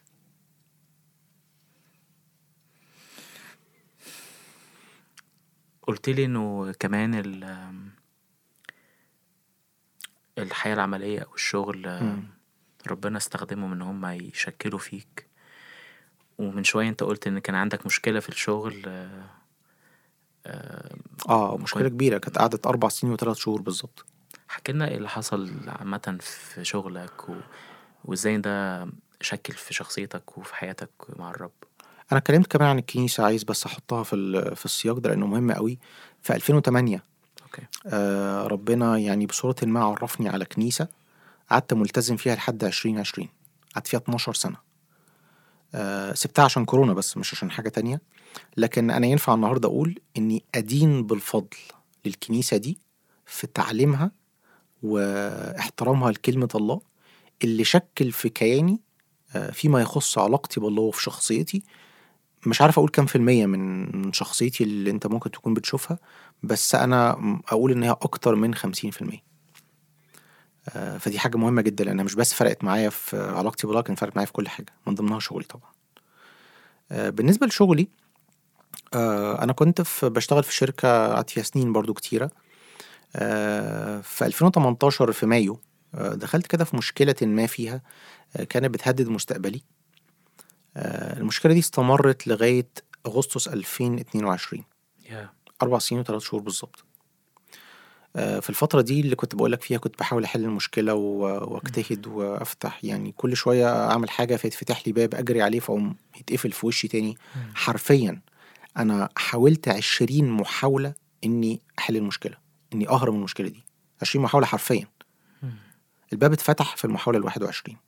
قلت لي انه كمان الحياة العملية او الشغل م. ربنا استخدمهم ان هم يشكلوا فيك. ومن شوية انت قلت ان كان عندك مشكلة في الشغل. اه, آه مشكلة كبيرة كانت قعدت اربع سنين وثلاث شهور بالظبط. حكي لنا ايه اللي حصل عامة في شغلك و... وازاي ده شكل في شخصيتك وفي حياتك مع الرب. انا اتكلمت كمان عن الكنيسة، عايز بس احطها في في السياق ده لانه مهم قوي. في ألفين وثمانية اوكي. آه ربنا يعني بصورة ما عرفني على كنيسة قعدت ملتزم فيها لحد عشرين عشرين، قعدت فيها اتناشر سنة. آه سبتها عشان كورونا بس مش عشان حاجة تانية، لكن أنا ينفع النهاردة أقول إني أدين بالفضل للكنيسة دي في تعليمها واحترامها لكلمة الله اللي شكل في كياني فيما يخص علاقتي بالله وفي شخصيتي. مش عارف أقول كم في المية من شخصيتي اللي أنت ممكن تكون بتشوفها، بس أنا أقول إن هي أكتر من خمسين في المية. فدي حاجة مهمة جدا لأنها مش بس فرقت معايا في علاقتي بالله، كان فرقت معايا في كل حاجة من ضمنها شغلي طبعا. بالنسبة لشغلي أنا كنت في بشتغل في شركة قعدت فيها سنين برضو كتيرة. في ألفين وتمنتاشر في مايو دخلت كده في مشكلة ما فيها كانت بتهدد مستقبلي. المشكلة دي استمرت لغاية أغسطس ألفين واتنين وعشرين، yeah. أربع سنين وثلاث شهور بالظبط. في الفترة دي اللي كنت بقولك فيها كنت بحاول أحل المشكلة واجتهد وأفتح، يعني كل شوية أعمل حاجة فيتفتح لي باب أجري عليه فأقوم يتقفل في وشي تاني. حرفيا أنا حاولت عشرين محاولة إني أحل المشكلة، إني أهرب من المشكلة دي. عشرين محاولة حرفيا. الباب اتفتح في المحاولة الواحد وعشرين.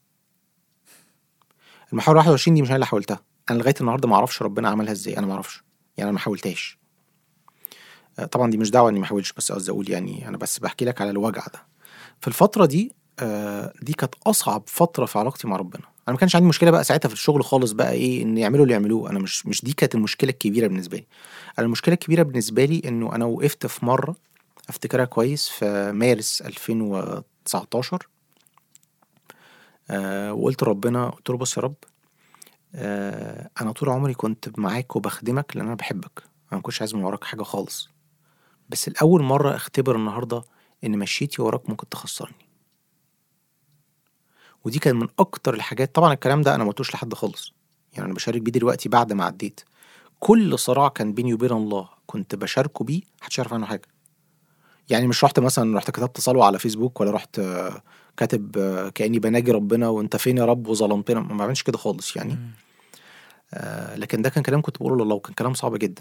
المحاولة الواحد وعشرين دي مش أنا اللي حاولتها، أنا لغاية النهاردة معرفش ربنا عملها إزاي، أنا معرفش يعني، أنا ما حاولتهاش. طبعا دي مش دعوة إني ما حاولش، بس قصدي أقول يعني أنا بس بحكي لك على الوجع ده. في الفترة دي دي كانت أصعب فترة في علاقتي مع ربنا. أنا ما كانش عندي مشكلة بقى ساعتها في الشغل خالص، بقى إيه إن يعملوا اللي يعملوه، أنا مش مش دي كانت المشكلة الكبيرة بالنسبة لي. أنا المشكلة الكبيرة بالنسبة لي إنه أنا وقفت في مرة أفتكرها كويس في مارس ألفين وتسعتاشر أه وقلت ربنا، قلت له بص يا رب، أه أنا طول عمري كنت معاك وبخدمك لأن أنا بحبك، أنا ما كنتش عايز من وراك حاجة خالص، بس الأول مرة اختبر النهاردة إن مشيتي وراك ممكن تخسرني. ودي كان من أكتر الحاجات. طبعا الكلام ده أنا ما قلتوش لحد خالص، يعني أنا بشارك بيه دلوقتي بعد ما عديت. كل صراع كان بيني وبين الله كنت بشاركه بيه، محدش يعرف عنه حاجة. يعني مش رحت مثلا رحت كتبت صلوة على فيسبوك، ولا رحت كاتب كأني بناجي ربنا وانت فين يا رب وظلمتنا، ما بعملش كده خالص يعني. آه لكن ده كان كلام كنت بقوله لله، وكان كلام صعب جدا.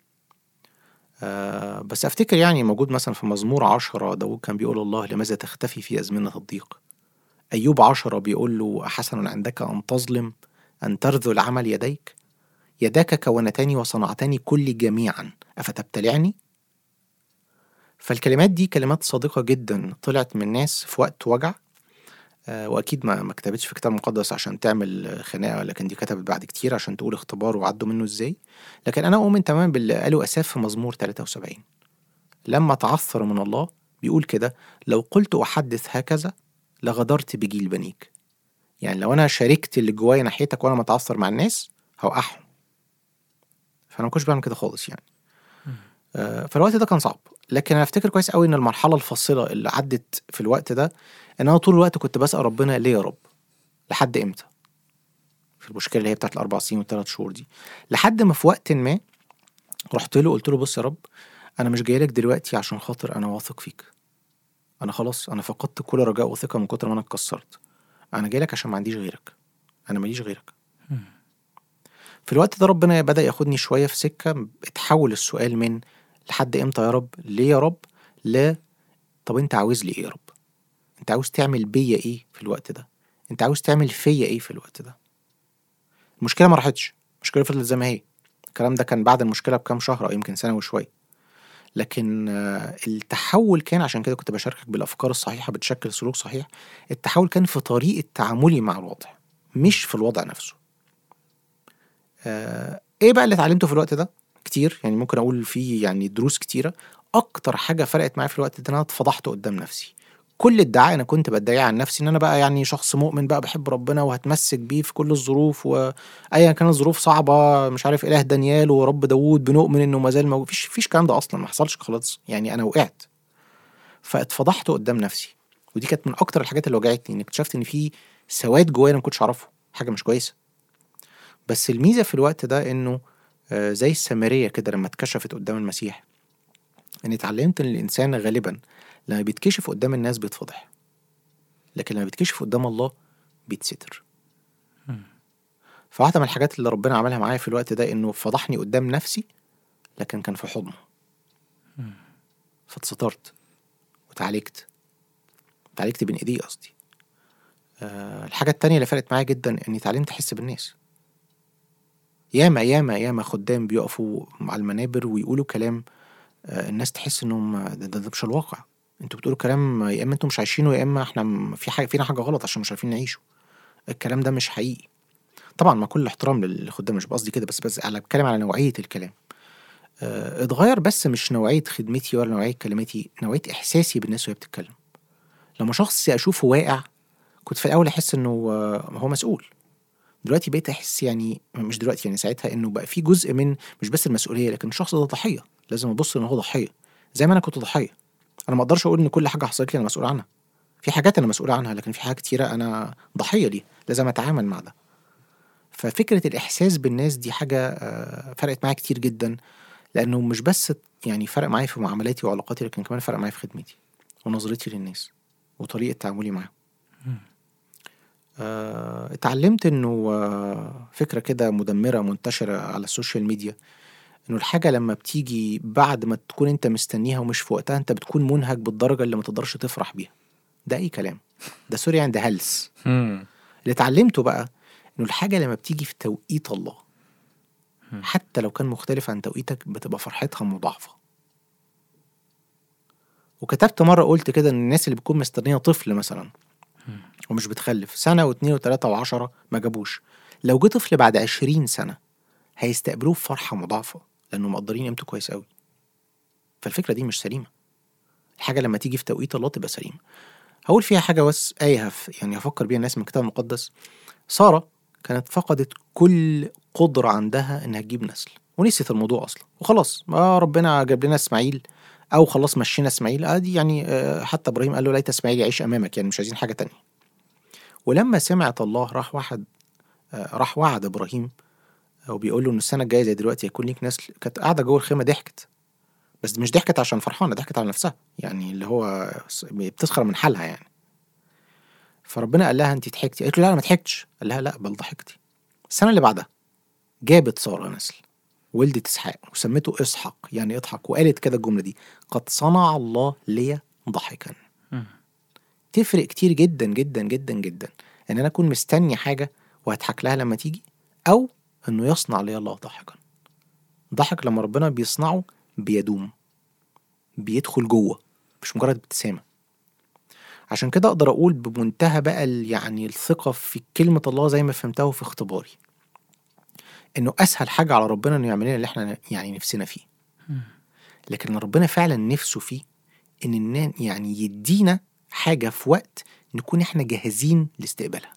آه بس افتكر يعني موجود مثلا في مزمور عشرة داود كان بيقول الله لماذا تختفي في أزمنة الضيق. أيوب عشرة بيقول له أحسن عندك أن تظلم أن ترذل عمل يديك، يداك كونتني وصنعتني كل جميعا أفتبتلعني. فالكلمات دي كلمات صادقة جدا طلعت من ناس في وقت وجع. أه وأكيد ما ما كتبتش في كتاب مقدس عشان تعمل خناقة، لكن دي كتبت بعد كتير عشان تقول اختبار وعدوا منه ازاي. لكن أنا أؤمن تماما باللي قاله أساف في مزمور ثلاثة وسبعين لما تعثر من الله، بيقول كده: لو قلت أحدث هكذا لغدرت بجيل بنيك. يعني لو أنا شاركت اللي جوايا ناحيتك وأنا متعثر مع الناس هوقعهم. فأنا ما كنتش بعمل كده خالص يعني. أه فالوقت ده كان صعب، لكن أنا أفتكر كويس قوي إن المرحلة الفاصلة اللي عدت في الوقت ده إن أنا طول الوقت كنت بسأل ربنا ليه يا رب، لحد إمتى، في المشكلة اللي هي بتاعت الأربع سنين والثلاث شهور دي. لحد ما في وقت ما رحت له قلت له بص يا رب، أنا مش جاي لك دلوقتي عشان خاطر أنا واثق فيك، أنا خلاص أنا فقدت كل رجاء وثقة من كتر ما أنا اتكسرت. انا جاي لك عشان ما عنديش غيرك، انا ماليش غيرك. في الوقت ده ربنا بدأ ياخدني شوية في سكة، اتحول السؤال من لحد امتى يا رب، ليه يا رب، ل طب انت عاوز لي ايه يا رب، انت عاوز تعمل بيا ايه في الوقت ده، انت عاوز تعمل فيا ايه في الوقت ده. المشكلة ما راحتش، المشكلة فضلت زي ما هي. الكلام ده كان بعد المشكلة بكام شهر او يمكن سنة وشوية. لكن التحول كان، عشان كده كنت بشاركك بالافكار الصحيحة بتشكل سلوك صحيح. التحول كان في طريقة تعاملي مع الوضع، مش في الوضع نفسه. آه ايه بقى اللي اتعلمته في الوقت ده؟ كتير، يعني ممكن اقول فيه يعني دروس كتيرة. اكتر حاجة فرقت معايا في الوقت ده ان انا اتفضحت قدام نفسي. كل ادعاء انا كنت بدعي عن نفسي ان انا بقى يعني شخص مؤمن بقى بحب ربنا وهتمسك بيه في كل الظروف، وايا كانت الظروف صعبة، مش عارف اله دانيال ورب داوود بنؤمن انه ما زال موجود. فيش فيش الكلام ده اصلا، ما حصلش خلاص، يعني انا وقعت فاتفضحت قدام نفسي. ودي كانت من اكتر الحاجات اللي وجعتني، ان اكتشفت ان في سواد جوايا انا ما كنتش اعرفه، حاجة مش كويسة. بس الميزة في الوقت ده انه آه زي السامرية كده لما اتكشفت قدام المسيح، اني اتعلمت ان الانسان غالبا لما بيتكشف قدام الناس بيتفضح، لكن لما بيتكشف قدام الله بيتستر. فواحدة من الحاجات اللي ربنا عملها معايا في الوقت ده انه فضحني قدام نفسي، لكن كان في حضنه. فاتسترت وتعالجت تعالجت بين ايديه قصدي. أه الحاجة التانية اللي فرقت معايا جدا اني اتعلمت احس بالناس. ياما ياما ياما خدام بيقفوا مع المنابر ويقولوا كلام أه الناس تحس انهم ده, ده, ده مش الواقع، انتوا بتقولوا كلام يا اما انتوا مش عايشينه يا اما احنا في حاجة فينا حاجة غلط عشان مش عارفين نعيشه. الكلام ده مش حقيقي. طبعا مع كل احترام للخدام، مش بقصدي كده، بس بس انا بتكلم على نوعية الكلام. اه اتغير، بس مش نوعية خدمتي ولا نوعية كلماتي، نوعية احساسي بالناس وهي بتتكلم. لما شخص اشوفه واقع كنت في الاول احس انه هو مسؤول. دلوقتي بقيت احس، يعني مش دلوقتي، يعني ساعتها، انه بقى في جزء من مش بس المسؤولية، لكن الشخص ده ضحية. لازم ابص ان هو ضحية زي ما انا كنت ضحية. انا ما اقدرش اقول ان كل حاجة حصلت لي انا مسؤول عنها. في حاجات انا مسؤول عنها، لكن في حاجات كتيرة انا ضحية ليه، لازم اتعامل مع ده. ففكرة الإحساس بالناس دي حاجة فرقت معايا كتير جدا، لأنه مش بس يعني فرق معايا في معاملاتي وعلاقاتي، لكن كمان فرق معايا في خدمتي ونظرتي للناس وطريقة تعاملي معاهم. آه، اتعلمت إنه آه، فكرة كده مدمرة منتشرة على السوشيال ميديا، إنه الحاجة لما بتيجي بعد ما تكون أنت مستنيها ومش في وقتها، أنت بتكون منهك بالدرجة اللي ما تقدرش تفرح بيها. ده أي كلام، ده سوري عند هلس. اللي اتعلمته بقى إنه الحاجة لما بتيجي في توقيت الله، حتى لو كان مختلف عن توقيتك، بتبقى فرحتها مضاعفة. وكتبت مرة قلت كده ان الناس اللي بتكون مستنية طفل مثلا ومش بتخلف سنة واثنين وثلاثة وعشرة ما جابوش، لو جه طفل بعد عشرين سنة هيستقبلوه بفرحة مضاعفة، لأنه مقدرين قيمته كويس قوي. فالفكرة دي مش سليمة. الحاجة لما تيجي في توقيت الله تبقى سليمة. هقول فيها حاجة بس آية يعني هفكر بيها الناس من الكتاب المقدس. سارة كانت فقدت كل قدرة عندها انها تجيب نسل ونسيت الموضوع اصلا، وخلاص ما ربنا جاب لنا اسماعيل، او خلاص مشينا اسماعيل ادي يعني. حتى ابراهيم قال له ليت اسماعيل يعيش امامك، يعني مش عايزين حاجة تانية. ولما سمعت الله راح واحد راح وعد ابراهيم وبيقول له ان السنة الجاية زي دلوقتي هيكون ليك نسل. كانت قاعدة جوه الخيمة ضحكت، بس مش ضحكت عشان فرحانة، ضحكت على نفسها، يعني اللي هو بتسخر من حالها يعني. فربنا قال لها انت ضحكتي؟ قالت له لا انا ما ضحكتش. قال لها لا بل ضحكتي. السنة اللي بعدها جابت سارة نسل، ولدت إسحاق وسمته إسحاق يعني اضحك، وقالت كده الجملة دي: قد صنع الله لي ضحكا. تفرق كتير جدا جدا جدا جدا ان انا اكون مستني حاجة وهضحك لها لما تيجي، او انه يصنع لي الله ضحكا. ضحك لما ربنا بيصنعه بيدوم، بيدخل جوه، مش مجرد ابتسامة. عشان كده اقدر اقول بمنتهى بقى يعني الثقة في كلمة الله زي ما فهمتها في اختباري، انه اسهل حاجة على ربنا انه يعمل لنا اللي احنا يعني نفسنا فيه. لكن ربنا فعلا نفسه فيه ان يعني يدينا حاجة في وقت نكون احنا جاهزين لاستقبالها،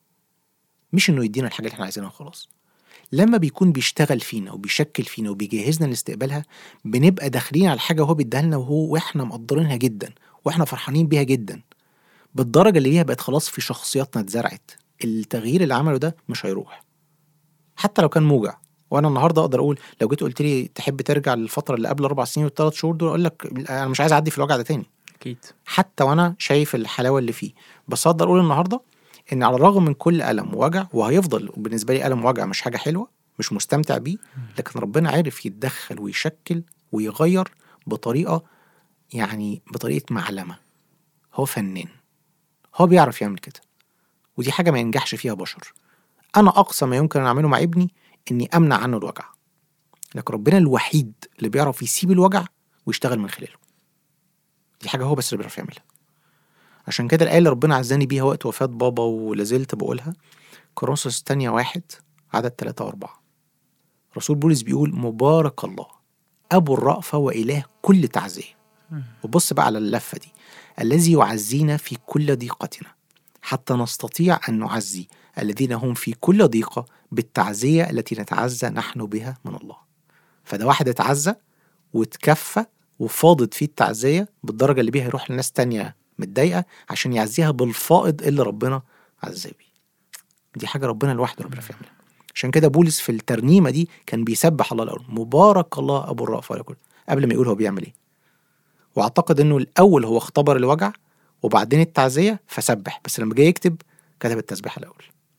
مش انه يدينا الحاجة اللي احنا عايزينها خلاص. لما بيكون بيشتغل فينا وبيشكل فينا وبيجهزنا لاستقبالها، بنبقى داخلين على الحاجة وهو بيديها لنا وهو واحنا مقدرينها جدا واحنا فرحانين بيها جدا، بالدرجة اللي هي بقت خلاص في شخصياتنا اتزرعت. التغيير اللي عمله ده مش هيروح حتى لو كان موجع. وانا النهارده اقدر اقول لو جيت قلت لي تحب ترجع للفتره اللي قبل اربع سنين والثلاث شهور دول، اقول لك انا مش عايز اعدي في الوجع ده تاني اكيد، حتى وانا شايف الحلاوه اللي فيه. بس اقدر اقول النهارده ان على الرغم من كل ألم ووجع، وهيفضل بالنسبة لي ألم ووجع مش حاجة حلوة، مش مستمتع بيه، لكن ربنا عارف يتدخل ويشكل ويغير بطريقة، يعني بطريقة معلمة. هو فنان، هو بيعرف يعمل كده، ودي حاجة ما ينجحش فيها بشر. أنا أقصى ما يمكن أن أعمله مع ابني إني أمنع عنه الوجع، لكن ربنا الوحيد اللي بيعرف يسيب الوجع ويشتغل من خلاله. دي حاجة هو بس اللي بيعرف يعملها. عشان كده الآية اللي ربنا عزاني بيها وقت وفاة بابا ولازلت بقولها، كورنثوس الثانية واحد عدد ثلاثة وأربعة. رسول بولس بيقول: مبارك الله أبو الرأفة وإله كل تعزية. وبص بقى على اللفة دي: الذي يعزينا في كل ضيقتنا حتى نستطيع أن نعزي الذين هم في كل ضيقة بالتعزية التي نتعزى نحن بها من الله. فده واحد اتعزى واتكفى وفاضت فيه التعزية بالدرجة اللي بيها يروح لناس تانية متضايقة عشان يعزيها بالفائض اللي ربنا عزاه بيه. دي حاجة ربنا لوحده ربنا يعملها. عشان كده بولس في الترنيمة دي كان بيسبح الله الأول: مبارك الله أبو الرأفة لكل، قبل ما يقول هو بيعمل إيه. وأعتقد إنه الأول هو اختبر الوجع وبعدين التعزية فسبح، بس لما جاي يكتب كتب التسبيح الأول.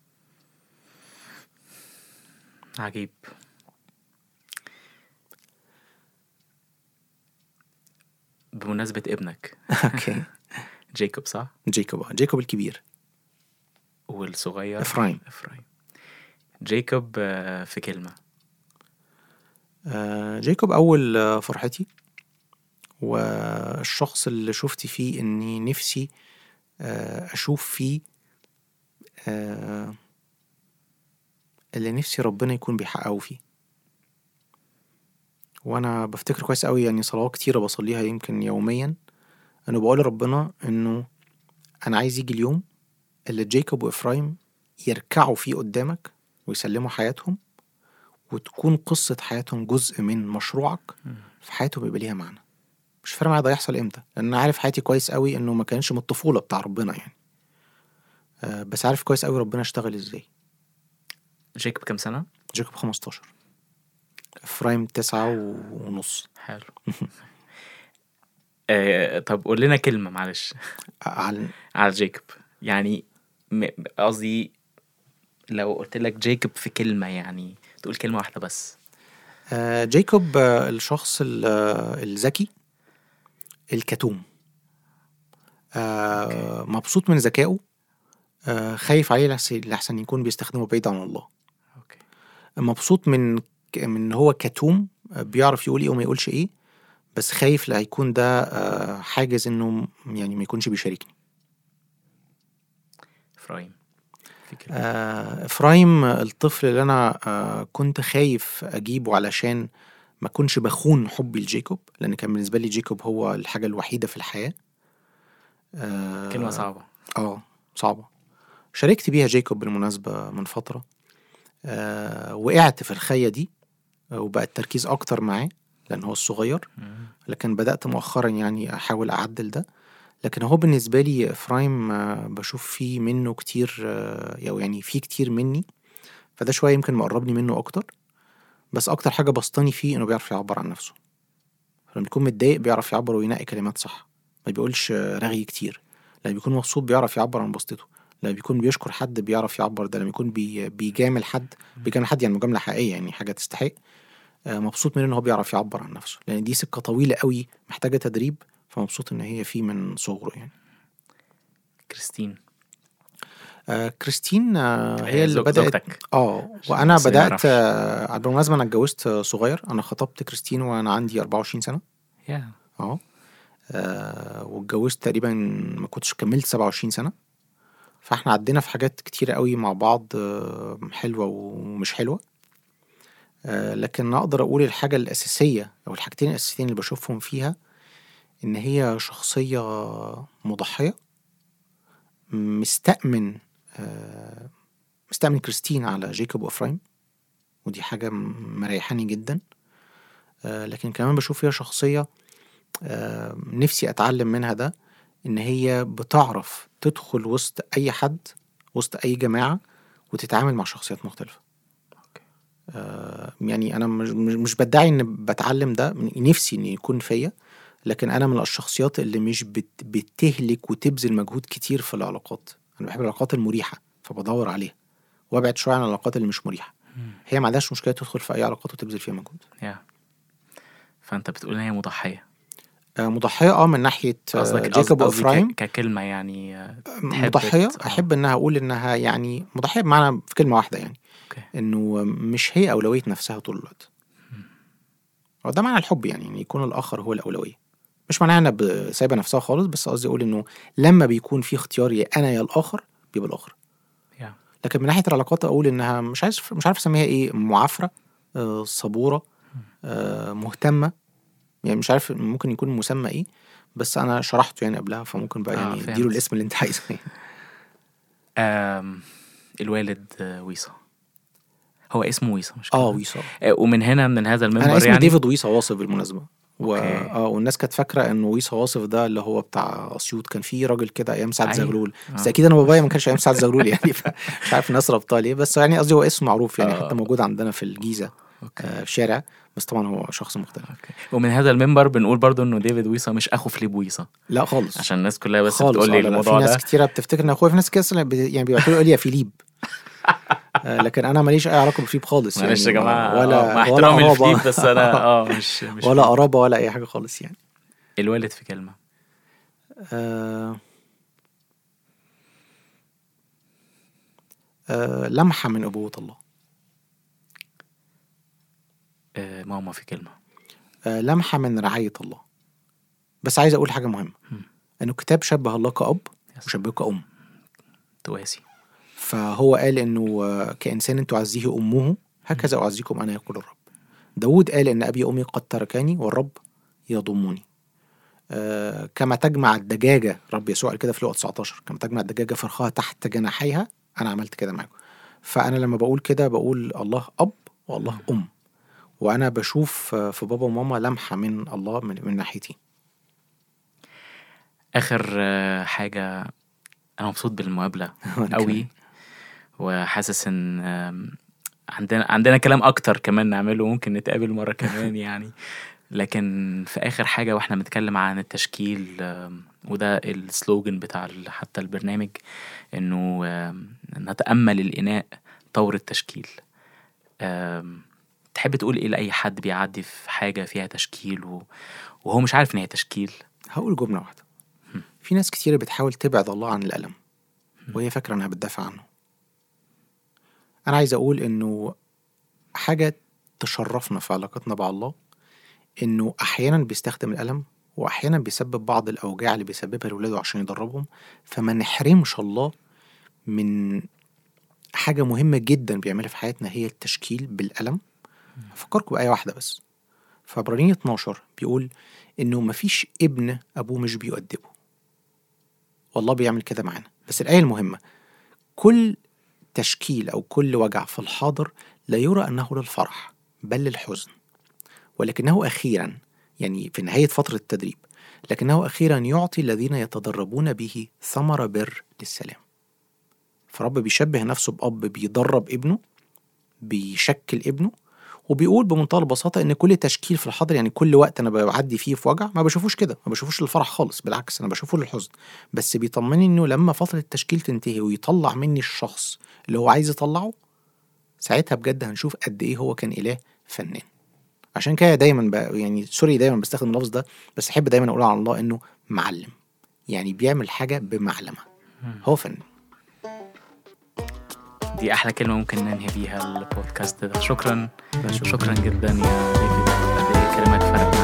عجيب. بمناسبة ابنك اوكي. جيكوب صح؟ جيكوب جيكوب الكبير والصغير إفرايم. إفرايم. جيكوب في كلمة. آه جيكوب أول فرحتي، والشخص اللي شفتي فيه إني نفسي آه أشوف فيه آه اللي نفسي ربنا يكون بيحققه فيه. وأنا بفتكر كويس قوي، يعني صلوات كتيرة بصليها يمكن يوميا، أنا بقول لربنا إنه أنا عايز يجي اليوم اللي جيكوب وإفرايم يركعوا فيه قدامك ويسلموا حياتهم، وتكون قصة حياتهم جزء من مشروعك في حياتهم، يبقى ليها معنى. مش فارق معايا ده يحصل امتى، لأن أنا عارف حياتي كويس قوي إنه ما كانش من الطفولة بتاع ربنا يعني، أه بس عارف كويس قوي ربنا اشتغل إزاي. جيكوب كم سنة؟ جيكوب خمستاشر، إفرايم تسعة ونص. حلو. آه، طب قول لنا كلمة معلش على على جيكوب. يعني قصدي لو قلت لك جيكوب في كلمة، يعني تقول كلمة واحدة بس. آه جيكوب آه الشخص الذكي الكتوم، آه مبسوط من ذكائه، آه خايف عليه لحسن يكون بيستخدمه بعيد عن الله. أوكي. مبسوط من من هو كتوم، آه بيعرف يقول ايه وما يقولش ايه، بس خايف لا يكون ده آه حاجز انه يعني ما يكونش بيشاركني. إفرايم. آه إفرايم الطفل اللي أنا آه كنت خايف أجيبه علشان ما كنش بخون حبي لجيكوب، لأن كان بالنسبة لي جيكوب هو الحاجة الوحيدة في الحياة. آه كلمة صعبة. آه صعبة. شاركت بيها جيكوب بالمناسبة من فترة، آه وقعت في الخية دي، وبقى التركيز أكتر معاه لأن هو الصغير، لكن بدأت مؤخرا يعني أحاول أعدل ده. لكن هو بالنسبة لي إفرايم بشوف فيه منه كتير، يعني فيه كتير مني، فده شوية يمكن مقربني منه أكتر. بس أكتر حاجة بسطني فيه إنه بيعرف يعبر عن نفسه. لما بيكون متضايق بيعرف يعبر وينقي كلمات صح، ما بيقولش رغي كتير. لما بيكون مبسوط بيعرف يعبر عن بسطته. لما بيكون بيشكر حد بيعرف يعبر ده. لما يكون بي بيجامل حد بيجامل حد يعني مجاملة حقيقية، يعني حاجة تستحق. مبسوط من إنه هو بيعرف يعبر عن نفسه، لأن دي سكة طويلة قوي محتاجة تدريب، فمبسوط إن هي فيه من صغره يعني. كريستين. آه كريستين آه هي اللي بدأت زوجتك. اه وانا بدأت آه بالمناسبة انا اتجوزت صغير، انا خطبت كريستين وانا عندي أربعة وعشرين سنة. yeah. اه واتجوزت تقريبا ما كنتش كملت سبعة وعشرين سنة. فاحنا عدينا في حاجات كتيرة قوي مع بعض، آه حلوة ومش حلوة، آه لكن اقدر اقول الحاجة الاساسية او الحاجتين الاساسيين اللي بشوفهم فيها ان هي شخصية مضحية، مستأمن آه مستأمن كريستين على جيكوب وإفرايم، ودي حاجة مريحاني جدا. آه لكن كمان بشوف فيها شخصية آه نفسي أتعلم منها ده، إن هي بتعرف تدخل وسط أي حد، وسط أي جماعة، وتتعامل مع شخصيات مختلفة. آه يعني أنا مش, مش بدعي إن بتعلم ده، نفسي إن يكون فيا، لكن أنا من الشخصيات اللي مش بت بتهلك وتبذل مجهود كتير في العلاقات. انا بحب العلاقات المريحه فبدور عليها، وابعد شويه عن العلاقات اللي مش مريحه. هي ما عندهاش مشكله تدخل في اي علاقات وتبذل فيها مجهود. يا فانت بتقول ان هي مضحيه. آه مضحيه اه من ناحيه آه جيكوب وافرايم ككلمه يعني آه مضحيه. احب انها اقول انها يعني مضحيه بمعنى في كلمه واحده يعني أوكي. انه مش هي اولويه نفسها طول الوقت. وده معنى الحب يعني ان يكون الاخر هو الاولويه، مش معناها انها سايبه نفسها خالص، بس قصدي اقول انه لما بيكون في اختيار يا انا يا الاخر بيبقى الاخر. yeah. لكن من ناحيه العلاقات اقول انها مش عايز مش عارف اسميها ايه، معافره، آه صبوره، آه مهتمه، يعني مش عارف ممكن يكون مسمى ايه، بس انا شرحته يعني قبلها فممكن بقى يعني آه اديله الاسم اللي انت عايزه. آم الوالد ويصا، هو اسمه ويصا مش كده؟ اه ويصا. ومن هنا من هذا المنبر انا اسمي يعني ديفيد ويصا واصف بالمناسبه. و... اه والناس كانت فاكره انه ويصا واصف ده اللي هو بتاع اسيوط، كان في راجل كده ايام سعد أيوة. زغلول، بس آه. اكيد انا بابايا ما كانش ايام سعد زغلول يعني، فمش عارف الناس ربطها ليه، بس يعني قصدي هو اسم معروف يعني، آه. حتى موجود عندنا في الجيزه أوكي. آه في شارع، بس طبعا هو شخص مختلف. أوكي. ومن هذا المنبر بنقول برضو انه ديفيد ويصا مش اخو فليب ويصا. لا خالص، عشان الناس كلها بس خالص. بتقول لي الموضوع في ده، ناس كتيره بتفتكر ان اخويا، في ناس كده يعني بيبعتوا لي يا فيليب. آه لكن انا ماليش اي علاقه بفليب خالص يعني، معلش يا جماعه ولا مع احترامي لفليب، بس انا اه مش, مش ولا قرابه ولا اي حاجه خالص يعني. الوالد في كلمه آه آه لمحه من ابوه الله. آه ماما في كلمه آه لمحه من رعايه الله. بس عايز اقول حاجه مهمه، انه الكتاب شبه الله كأب وشبهه كأم تواسي. فهو قال انه كإنسان تعزيه أمه هكذا أعزيكم أنا يقول الرب. داود قال إن أبي أمي قد تركاني والرب يضمني. آه كما تجمع الدجاجة، رب يسوع قال كده في لوقا تسعتاشر، كما تجمع الدجاجة فرخها تحت جناحيها أنا عملت كده معاكم. فأنا لما بقول كده بقول الله أب والله أم، وأنا بشوف في بابا وماما لمحة من الله من, من ناحيتي. آخر حاجة، أنا مبسوط بالمقابلة قوي، وحاسس إن عندنا عندنا كلام أكتر كمان نعمله، ممكن نتقابل مرة كمان يعني. لكن في آخر حاجة وإحنا بنتكلم عن التشكيل، وده السلوجن بتاع حتى البرنامج، إنه نتأمل الإناء طور التشكيل. تحب تقول إيه لأي حد بيعدي في حاجة فيها تشكيل وهو مش عارف إن هي تشكيل؟ هقول جملة واحدة. في ناس كتير بتحاول تبعد الله عن الألم وهي فاكرة أنها بتدافع عنه. أنا عايز أقول إنه حاجة تشرفنا في علاقتنا مع الله إنه أحيانا بيستخدم الألم، وأحيانا بيسبب بعض الأوجاع اللي بيسببها لولاده عشان يدربهم. فما نحرمش الله من حاجة مهمة جدا بيعملها في حياتنا، هي التشكيل بالألم. أفكركم بآية واحدة بس، فعبرانيين اتناشر بيقول إنه مفيش ابن أبوه مش بيؤدبه، والله بيعمل كده معنا. بس الآية المهمة، كل تشكيل أو كل وجع في الحاضر لا يرى أنه للفرح بل للحزن، ولكنه أخيرا، يعني في نهاية فترة التدريب، لكنه أخيرا يعطي الذين يتدربون به ثمر بر للسلام. فرب بيشبه نفسه بأب بيدرب ابنه، بيشكل ابنه، وبيقول بمنتهى البساطة إن كل تشكيل في الحاضر، يعني كل وقت أنا بعدي فيه في وجع، ما بشوفوش كده، ما بشوفوش للفرح خالص، بالعكس أنا بشوفه للحزن. بس بيطمني إنه لما فترة التشكيل تنتهي ويطلع مني الشخص اللي هو عايز يطلعه، ساعتها بجد هنشوف قد إيه هو كان إله فنان. عشان كده دايما بقى يعني سوري دايما بستخدم اللفظ ده، بس أحب دايما أقول عن الله إنه معلم، يعني بيعمل حاجة بمعلمة، هو فنان. دي أحلى كلمة ممكن ننهي بيها البودكاست ده. شكرا شكرا جدا يا ديفيد، كلمات فرق